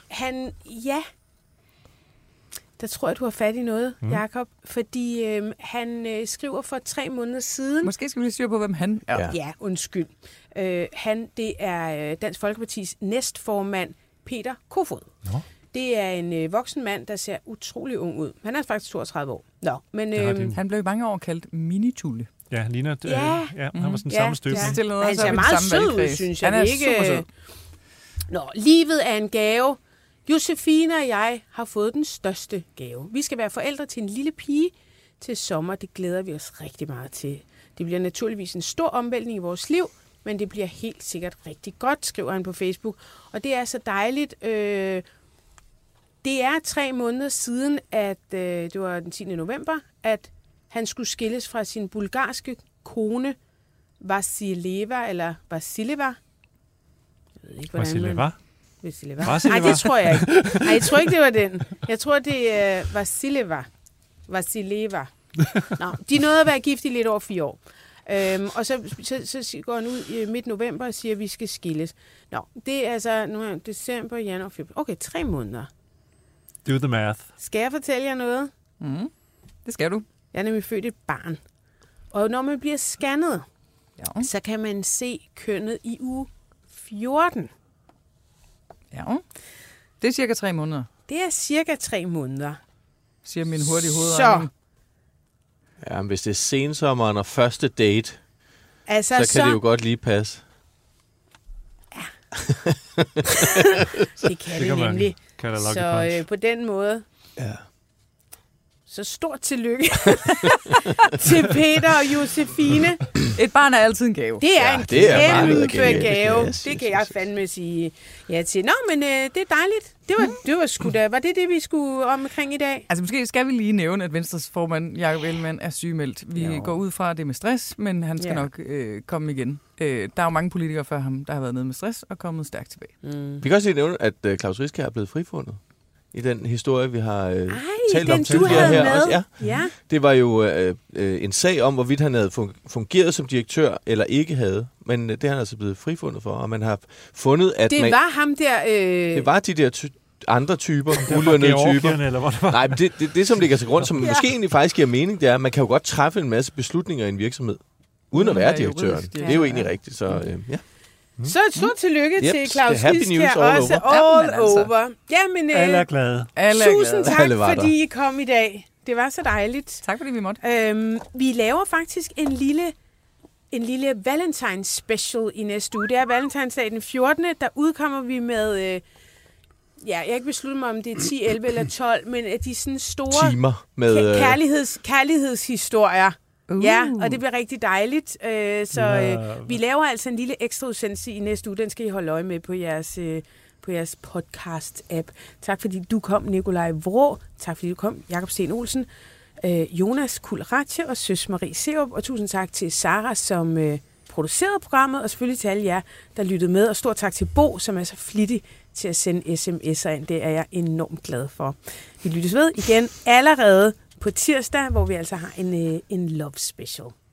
Der tror jeg, du har fat i noget, Jakob. Fordi han skriver for 3 måneder siden... Måske skal vi lige styre på, hvem han er. Ja, undskyld. Det er Dansk Folkepartis næstformand, Peter Kofod. Nå. Det er en voksen mand, der ser utrolig ung ud. Han er faktisk 32 år. Nå, men, han blev i mange år kaldt Minitulle. Ja, han ligner... han var sådan samme stykke. Ja. Han ser meget sød ud, synes jeg. Han er super sød. Nå, livet er en gave. Josefine og jeg har fået den største gave. Vi skal være forældre til en lille pige til sommer. Det glæder vi os rigtig meget til. Det bliver naturligvis en stor omvæltning i vores liv, men det bliver helt sikkert rigtig godt, skriver han på Facebook. Og det er så dejligt. Det er 3 måneder siden, at det var den 10. november, at han skulle skilles fra sin bulgarske kone, Vasileva, eller Vasileva. Jeg ved ikke, hvordan Vasileva? Nej, det tror jeg ikke. Nej, jeg tror ikke, det var den. Jeg tror, det er Vasileva. Nå, de nåede at være gift i lidt over 4 år. Og så går han ud i midt november og siger, at vi skal skilles. Nå, det er altså nu er december, januar, februar. Okay, 3 måneder. Do the math. Skal jeg fortælle jer noget? Det skal du. Jeg er nemlig født et barn. Og når man bliver scannet, så kan man se kønnet i uge 14. Ja, det er cirka 3 måneder. Det er cirka 3 måneder. Siger min hurtige hovedregning. Ja, men hvis det er sensommeren og første date, så kan det jo godt lige passe. Ja. Det kan det nemlig. Så på den måde. Ja. Så stort tillykke til Peter og Josefine. Et barn er altid en gave. Det er en kæmpe gave. Det kan jeg fandme sige ja til. Nå, men det er dejligt. Det var sgu da. Var det, vi skulle omkring i dag? Altså måske skal vi lige nævne, at Venstres formand, Jakob Ellemann, er sygemeldt. Vi går ud fra, at det er med stress, men han skal nok komme igen. Der er jo mange politikere før ham, der har været nede med stress og kommet stærkt tilbage. Vi kan også lige nævne, at Claus Riskær er blevet frifundet. I den historie, vi har talt om tidligere her også. Ja. Det var jo en sag om, hvorvidt han havde fungeret som direktør eller ikke havde. Men det har han altså blevet frifundet for, og man har fundet, at det var ham der... Det var de der andre typer, ulønnede typer. Eller hvad det var. Nej, men det, som ligger til grund, som måske egentlig faktisk giver mening, det er, at man kan jo godt træffe en masse beslutninger i en virksomhed, uden at være direktøren. Det er jo egentlig rigtigt, så ja. Så et stort tillykke til Claus Riskær, også all over. Jamen, alle er glade. Tusind tak, fordi I kom i dag. Det var så dejligt. Tak fordi vi måtte. Vi laver faktisk en lille Valentine's special i næste uge. Det er Valentinsdag den 14. Der udkommer vi med... jeg har ikke besluttet mig, om det er 10, 11 eller 12, men af de sådan store timer med kærlighedshistorier. Ja, og det bliver rigtig dejligt. Så vi laver altså en lille ekstra udsendelse i næste uge. Den skal I holde øje med på jeres podcast-app. Tak fordi du kom, Nikolaj Vrå. Tak fordi du kom, Jakob Sten Olsen, Jonas Kulratje og Søs Marie Serup. Og tusind tak til Sara, som producerede programmet, og selvfølgelig til alle jer, der lyttede med. Og stor tak til Bo, som er så flittig til at sende sms'er ind. Det er jeg enormt glad for. Vi lyttes ved igen allerede på tirsdag, hvor vi altså har en love special.